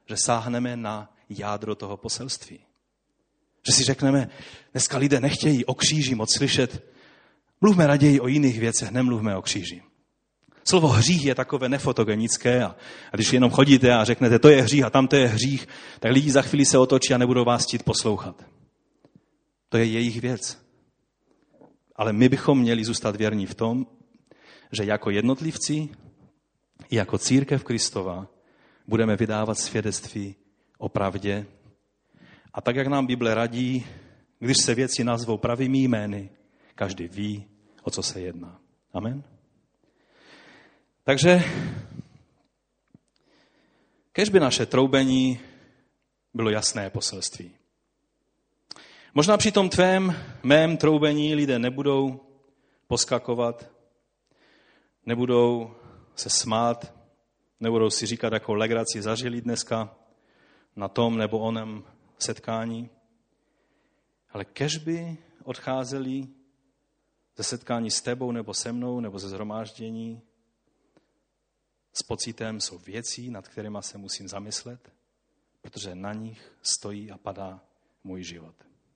že sáhneme na jádro toho poselství. Že si řekneme, dneska lidé nechtějí o kříži moc slyšet, mluvme raději o jiných věcech, nemluvme o kříži. Slovo hřích je takové nefotogenické a když jenom chodíte a řeknete, to je hřích a tam to je hřích, tak lidi za chvíli se otočí a nebudou vás chtít poslouchat. To je jejich věc. Ale my bychom měli zůstat věrní v tom, že jako jednotlivci i jako církev Kristova budeme vydávat svědectví o pravdě. A tak, jak nám Bible radí, když se věci nazvou pravými jmény, každý ví, o co se jedná. Amen. Takže, kéž by naše troubení bylo jasné poselství. Možná při tom mém troubení lidé nebudou poskakovat, nebudou se smát, nebudou si říkat, jakou legraci zažili dneska na tom nebo onem setkání. Ale kéž by odcházeli ze setkání s tebou nebo se mnou nebo ze shromáždění s pocitem, jsou věcí, nad kterými se musím zamyslet, protože na nich stojí a padá můj život.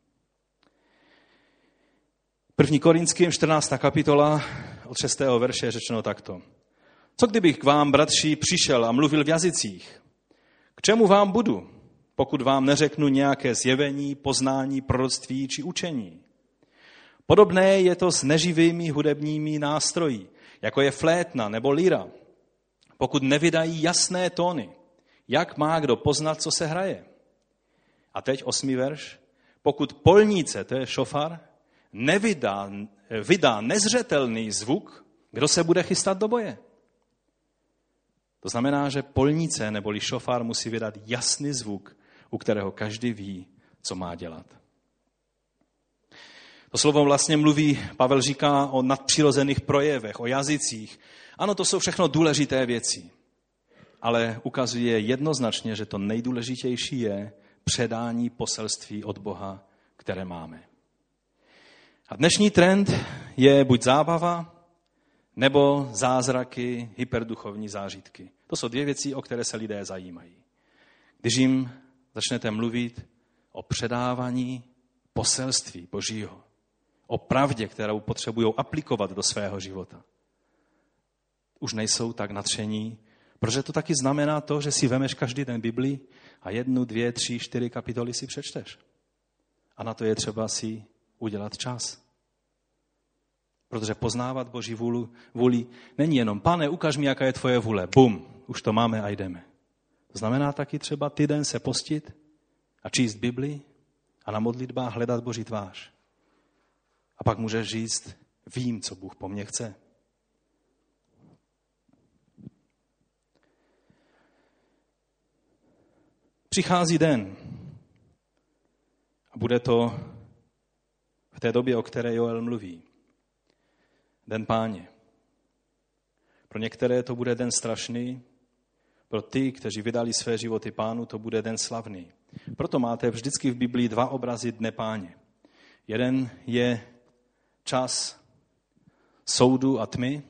1. Korinským 14. kapitola od 6. verše je řečeno takto. Co kdybych k vám, bratři, přišel a mluvil v jazycích? K čemu vám budu, pokud vám neřeknu nějaké zjevení, poznání, proroctví či učení? Podobné je to s neživými hudebními nástroji, jako je flétna nebo líra. Pokud nevydají jasné tóny, jak má kdo poznat, co se hraje? A teď 8. verš. Pokud polnice, to je šofar, vydá nezřetelný zvuk, kdo se bude chystat do boje? To znamená, že polnice neboli šofár musí vydat jasný zvuk, u kterého každý ví, co má dělat. To slovo vlastně mluví, Pavel říká o nadpřirozených projevech, o jazycích. Ano, to jsou všechno důležité věci, ale ukazuje jednoznačně, že to nejdůležitější je předání poselství od Boha, které máme. A dnešní trend je buď zábava, nebo zázraky, hyperduchovní zážitky. To jsou dvě věci, o které se lidé zajímají. Když jim začnete mluvit o předávání poselství Božího, o pravdě, kterou potřebují aplikovat do svého života, už nejsou tak nadšení, protože to taky znamená to, že si vemeš každý den Bibli a 1, 2, 3, 4 kapitoly si přečteš. A na to je třeba si udělat čas. Protože poznávat Boží vůli není jenom, Pane, ukaž mi, jaká je tvoje vůle. Bum, už to máme a jdeme. To znamená taky třeba týden se postit a číst Bibli a na modlitbách hledat Boží tvář. A pak můžeš říct, vím, co Bůh po mně chce. Přichází den a bude to v té době, o které Joel mluví. Den Páně. Pro některé to bude den strašný, pro ty, kteří vydali své životy Pánu, to bude den slavný. Proto máte vždycky v Biblii 2 obrazy Dne Páně. Jeden je čas soudu a tmy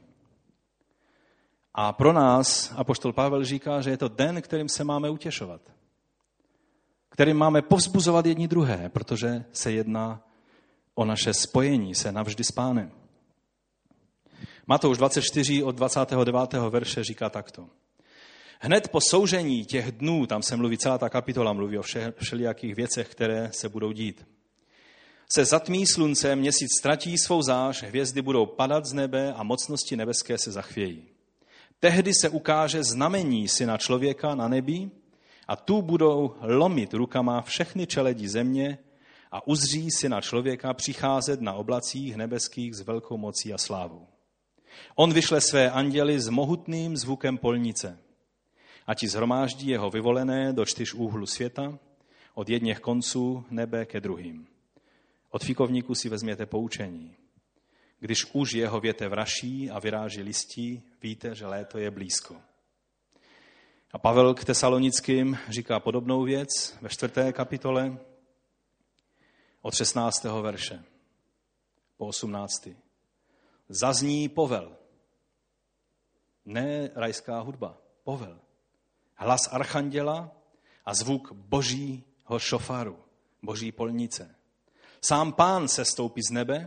a pro nás apoštol Pavel říká, že je to den, kterým se máme utěšovat. Kterým máme povzbuzovat jedni druhé, protože se jedná o naše spojení se navždy s Pánem. Matouš 24 od 29. verše říká takto. Hned po soužení těch dnů, tam se mluví celá ta kapitola, mluví o všelijakých věcech, které se budou dít. Se zatmí slunce, měsíc ztratí svou zář, hvězdy budou padat z nebe a mocnosti nebeské se zachvějí. Tehdy se ukáže znamení Syna člověka na nebi a tu budou lomit rukama všechny čeledi země a uzří Syna člověka přicházet na oblacích nebeských s velkou mocí a slávou. On vyšle své anděly s mohutným zvukem polnice a ti shromáždí jeho vyvolené do 4 úhlů světa, od jedněch konců nebe ke druhým. Od fíkovníku si vezměte poučení. Když už jeho větev raší a vyráží listí, víte, že léto je blízko. A Pavel k Tesalonickým říká podobnou věc ve 4. kapitole od 16. verše po 18. Zazní povel. Ne rajská hudba, povel. Hlas archanděla a zvuk božího šofaru, boží polnice. Sám Pán sestoupí z nebe.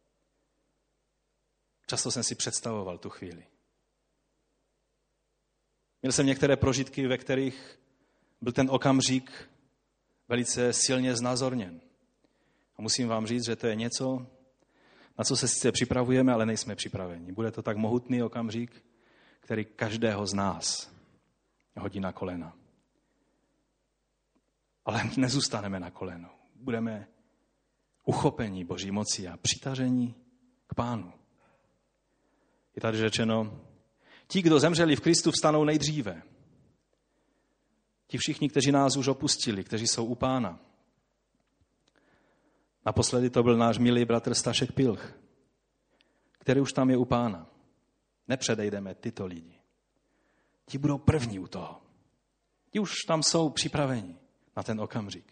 Často jsem si představoval tu chvíli. Měl jsem některé prožitky, ve kterých byl ten okamžik velice silně znázorněn. A musím vám říct, že to je něco, na co se sice připravujeme, ale nejsme připraveni. Bude to tak mohutný okamžik, který každého z nás hodí na kolena. Ale nezůstaneme na koleno. Budeme uchopení Boží moci a přitažení k Pánu. Je tady řečeno, ti, kdo zemřeli v Kristu, vstanou nejdříve. Ti všichni, kteří nás už opustili, kteří jsou u Pána. Naposledy to byl náš milý bratr Stašek Pilch, který už tam je u Pána. Nepředejdeme tyto lidi. Ti budou první u toho. Ti už tam jsou připraveni na ten okamžik.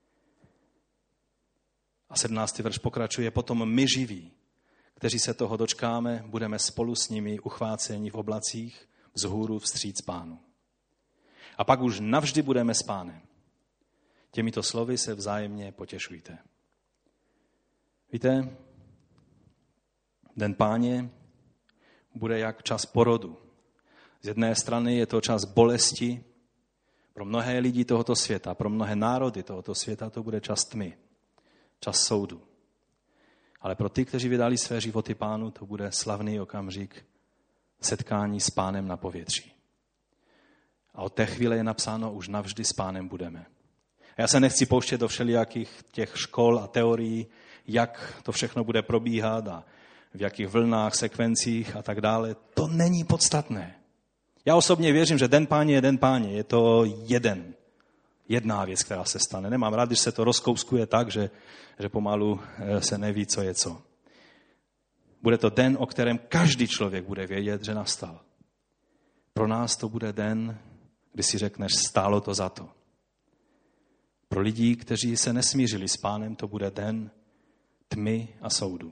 A 17. verš pokračuje, potom my živí, kteří se toho dočkáme, budeme spolu s nimi uchváceni v oblacích vzhůru vstříc Pánu. A pak už navždy budeme s Pánem. Těmito slovy se vzájemně potěšujte. Víte, den Páně bude jak čas porodu. Z jedné strany je to čas bolesti. Pro mnohé lidi tohoto světa, pro mnohé národy tohoto světa to bude čas tmy, čas soudu. Ale pro ty, kteří vydali své životy Pánu, to bude slavný okamžik setkání s Pánem na povětří. A od té chvíle je napsáno, už navždy s Pánem budeme. A já se nechci pouštět do všelijakých těch škol a teorií, jak to všechno bude probíhat a v jakých vlnách, sekvencích a tak dále. To není podstatné. Já osobně věřím, že den Páně je den Páně. Je to jedna věc, která se stane. Nemám rád, když se to rozkouskuje tak, že pomalu se neví, co je co. Bude to den, o kterém každý člověk bude vědět, že nastal. Pro nás to bude den, kdy si řekneš, stálo to za to. Pro lidi, kteří se nesmířili s Pánem, to bude den tmy a soudu.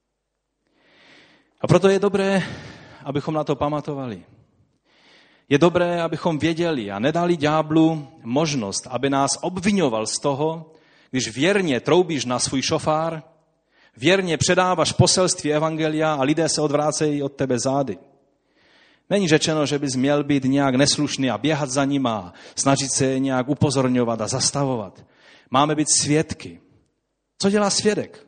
A proto je dobré, abychom na to pamatovali. Je dobré, abychom věděli a nedali ďáblu možnost, aby nás obvinoval z toho, když věrně troubíš na svůj šofár, věrně předáváš poselství evangelia a lidé se odvrácejí od tebe zády. Není řečeno, že bys měl být nějak neslušný a běhat za ním a snažit se je nějak upozorňovat a zastavovat. Máme být svědky. Co dělá svědek?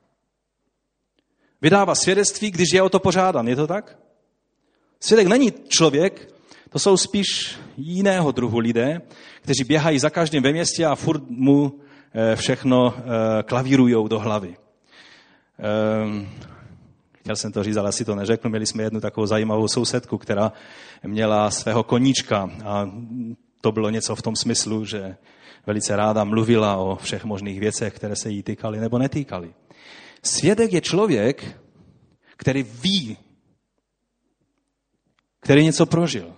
Vydává svědectví, když je o to požádan. Je to tak? Svědek není člověk, to jsou spíš jiného druhu lidé, kteří běhají za každým ve městě a furt mu všechno klavírujou do hlavy. Chtěl jsem to říct, ale asi to neřeknu. Měli jsme jednu takovou zajímavou sousedku, která měla svého koníčka a to bylo něco v tom smyslu, že velice ráda mluvila o všech možných věcech, které se jí týkaly nebo netýkaly. Svědek je člověk, který ví, který něco prožil.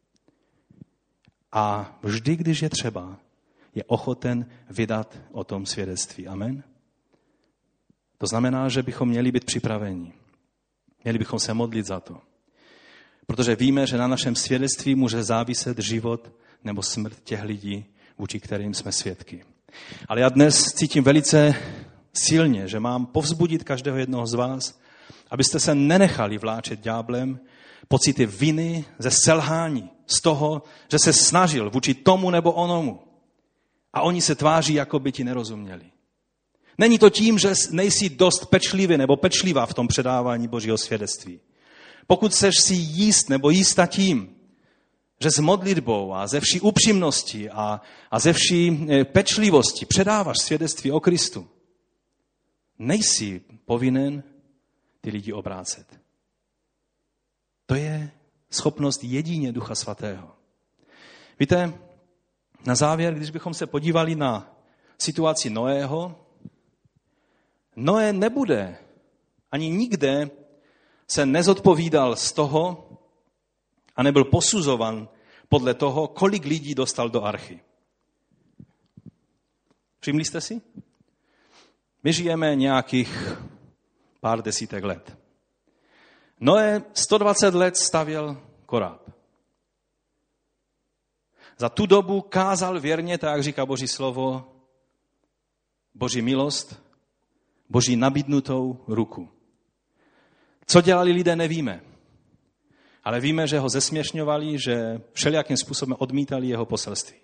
A vždy, když je třeba, je ochoten vydat o tom svědectví. Amen? To znamená, že bychom měli být připraveni. Měli bychom se modlit za to. Protože víme, že na našem svědectví může záviset život nebo smrt těch lidí, vůči kterým jsme svědky. Ale já dnes cítím velice silně, že mám povzbudit každého jednoho z vás, abyste se nenechali vláčet ďáblem pocity viny ze selhání, z toho, že se snažil vůči tomu nebo onomu. A oni se tváří, jako by ti nerozuměli. Není to tím, že nejsi dost pečlivý nebo pečlivá v tom předávání Božího svědectví. Pokud seš si jíst nebo jísta tím, že s modlitbou a ze vší upřímnosti a ze vší pečlivosti předáváš svědectví o Kristu, nejsi povinen ty lidi obrácet. To je schopnost jedině Ducha Svatého. Víte, na závěr, když bychom se podívali na situaci Noého, Noé nebude, ani nikde se nezodpovídal z toho a nebyl posuzovan podle toho, kolik lidí dostal do archy. Všimli jste si? My žijeme nějakých pár desítek let. Noé 120 let stavěl koráb. za tu dobu kázal věrně, tak jak říká Boží slovo, Boží milost, Boží nabídnutou ruku. Co dělali lidé, nevíme. Ale víme, že ho zesměšňovali, že všelijakým způsobem odmítali jeho poselství.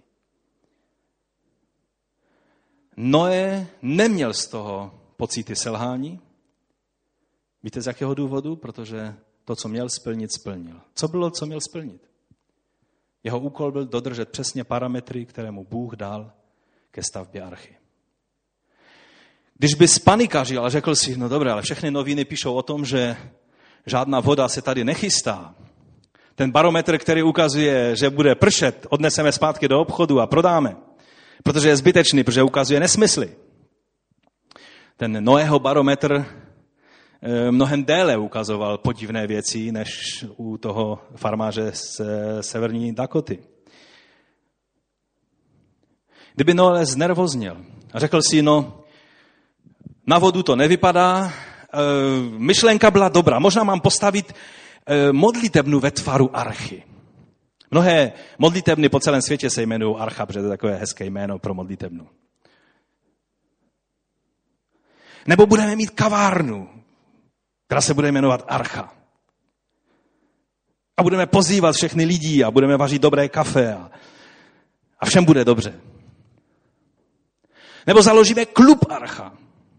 Noé neměl z toho pocity selhání. Víte, z jakého důvodu? Protože to, co měl splnit, splnil. Co bylo, co měl splnit? Jeho úkol byl dodržet přesně parametry, které mu Bůh dal ke stavbě archy. Když by spanikařil a řekl si, no dobré, ale všechny noviny píšou o tom, že žádná voda se tady nechystá. Ten barometr, který ukazuje, že bude pršet, odneseme zpátky do obchodu a prodáme. Protože je zbytečný, protože ukazuje nesmysly. Ten Noého barometr mnohem déle ukazoval podivné věci, než u toho farmáře z severní Dakoty. Kdyby Noé znervozněl a řekl si, no, na vodu to nevypadá, myšlenka byla dobrá, možná mám postavit modlitebnu ve tvaru archy. Mnohé modlitebny po celém světě se jmenují archa, protože to je takové hezké jméno pro modlitebnu. Nebo budeme mít kavárnu, která se bude jmenovat archa. A budeme pozývat všechny lidi a budeme vařit dobré kafe a všem bude dobře. Nebo založíme klub archa.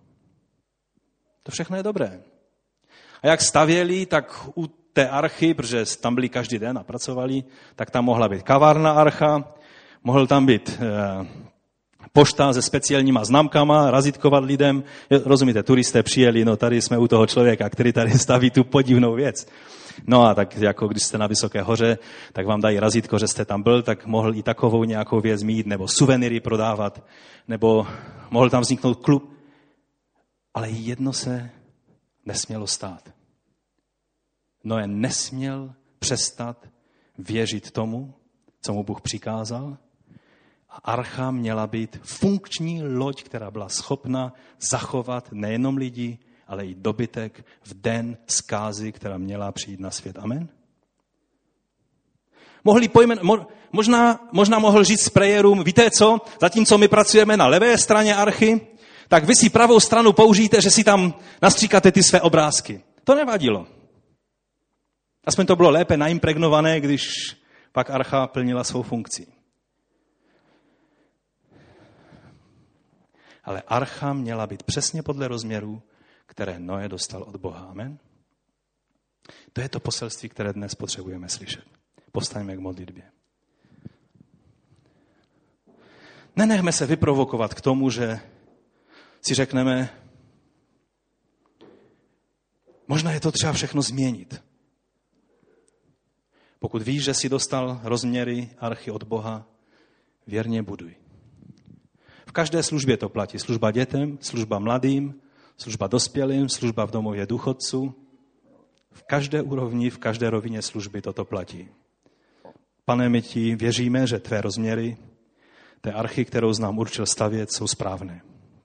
To všechno je dobré. A jak stavěli, tak u té archy, protože tam byli každý den a pracovali, tak tam mohla být kavárna archa, mohl tam být pošta se speciálníma známkama, razítkovat lidem. Rozumíte, turisté přijeli, no tady jsme u toho člověka, který tady staví tu podivnou věc. No a tak jako když jste na Vysoké hoře, tak vám dají razítko, že jste tam byl, tak mohl i takovou nějakou věc mít, nebo suvenýry prodávat, nebo mohl tam vzniknout klub. Ale jedno se nesmělo stát. Noé nesměl přestat věřit tomu, co mu Bůh přikázal. A archa měla být funkční loď, která byla schopna zachovat nejenom lidi, ale i dobytek v den zkázy, která měla přijít na svět. Amen? Možná mohl říct sprayerům, víte co, zatímco my pracujeme na levé straně archy, tak vy si pravou stranu použijte, že si tam nastříkáte ty své obrázky. To nevadilo. Aspoň to bylo lépe naimpregnované, když pak archa plnila svou funkci. Ale archa měla být přesně podle rozměrů, které Noé dostal od Boha. Amen? To je to poselství, které dnes potřebujeme slyšet. Povstaňme k modlitbě. Nenechme se vyprovokovat k tomu, že si řekneme, možná je to třeba všechno změnit. Pokud víš, že jsi dostal rozměry archy od Boha, věrně buduj. V každé službě to platí. Služba dětem, služba mladým, služba dospělým, služba v domově důchodců. V každé úrovni, v každé rovině služby toto platí. Pane, my ti věříme, že tvé rozměry, té archy, kterou jsi nám určil stavět, jsou správné.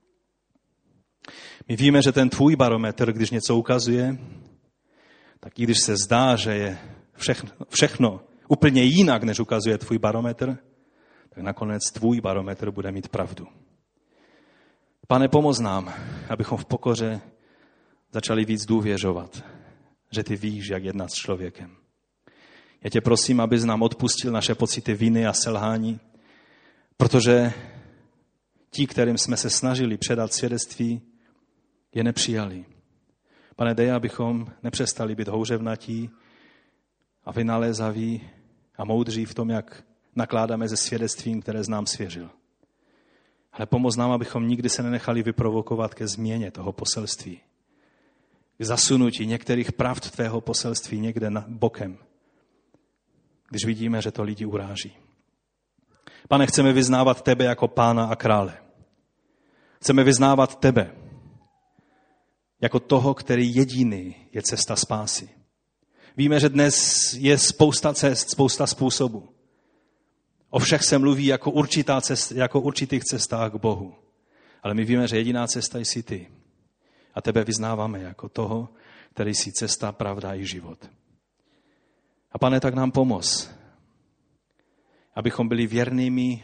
My víme, že ten tvůj barometr, když něco ukazuje, tak i když se zdá, že je všechno úplně jinak, než ukazuje tvůj barometr, tak nakonec tvůj barometr bude mít pravdu. Pane, pomoz nám, abychom v pokoře začali víc důvěřovat, že ty víš, jak jednat s člověkem. Já tě prosím, abys nám odpustil naše pocity viny a selhání, protože ti, kterým jsme se snažili předat svědectví, je nepřijali. Pane, dej, abychom nepřestali být houževnatí a vynalézaví a moudří v tom, jak nakládáme se svědectvím, které nám svěřil. Ale pomoz nám, abychom nikdy se nenechali vyprovokovat ke změně toho poselství. K zasunutí některých pravd tvého poselství někde bokem, když vidíme, že to lidi uráží. Pane, chceme vyznávat tebe jako Pána a Krále. Chceme vyznávat tebe jako toho, který jediný je cesta spásy. Víme, že dnes je spousta cest, spousta způsobů. O všech se mluví jako určitých cestách k Bohu. Ale my víme, že jediná cesta jsi ty. A tebe vyznáváme jako toho, který jsi cesta, pravda i život. A Pane, tak nám pomoz, abychom byli věrnými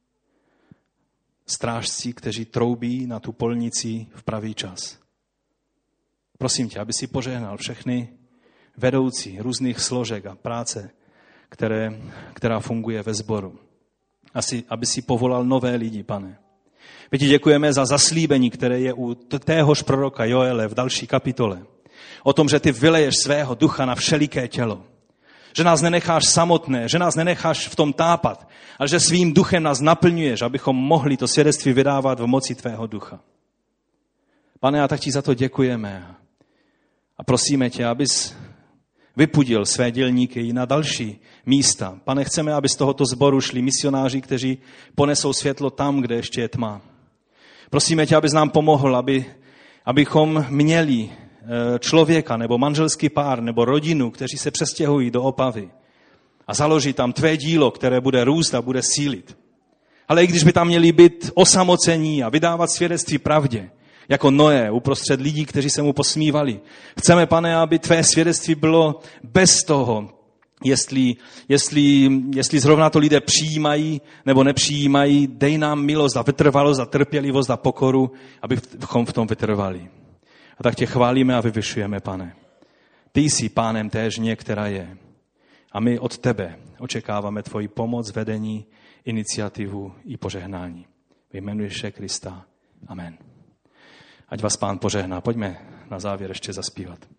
strážci, kteří troubí na tu polnici v pravý čas. Prosím tě, aby si požehnal všechny vedoucí různých složek a práce, která funguje ve sboru. Aby si povolal nové lidi, Pane. My ti děkujeme za zaslíbení, které je u téhož proroka Joele v další kapitole. O tom, že ty vyleješ svého ducha na všeliké tělo. Že nás nenecháš samotné, že nás nenecháš v tom tápat, ale že svým duchem nás naplňuješ, abychom mohli to svědectví vydávat v moci tvého ducha. Pane, a tak ti za to děkujeme. A prosíme tě, abys vypudil své dělníky i na další místa. Pane, chceme, aby z tohoto sboru šli misionáři, kteří ponesou světlo tam, kde ještě je tma. Prosíme tě, abys nám pomohl, abychom měli člověka nebo manželský pár nebo rodinu, kteří se přestěhují do Opavy a založí tam tvé dílo, které bude růst a bude sílit. Ale i když by tam měli být osamocení a vydávat svědectví pravdě, jako Noé uprostřed lidí, kteří se mu posmívali. Chceme, Pane, aby tvé svědectví bylo bez toho, jestli zrovna to lidé přijímají nebo nepřijímají, dej nám milost a vytrvalost a trpělivost a pokoru, abychom v tom vytrvali. A tak tě chválíme a vyvyšujeme, Pane. Ty jsi pánem té žně, která je. A my od tebe očekáváme tvoji pomoc, vedení, iniciativu i požehnání. Ve jménu Ježíše Krista. Amen. Ať vás Pán požehná. Pojďme na závěr ještě zaspívat.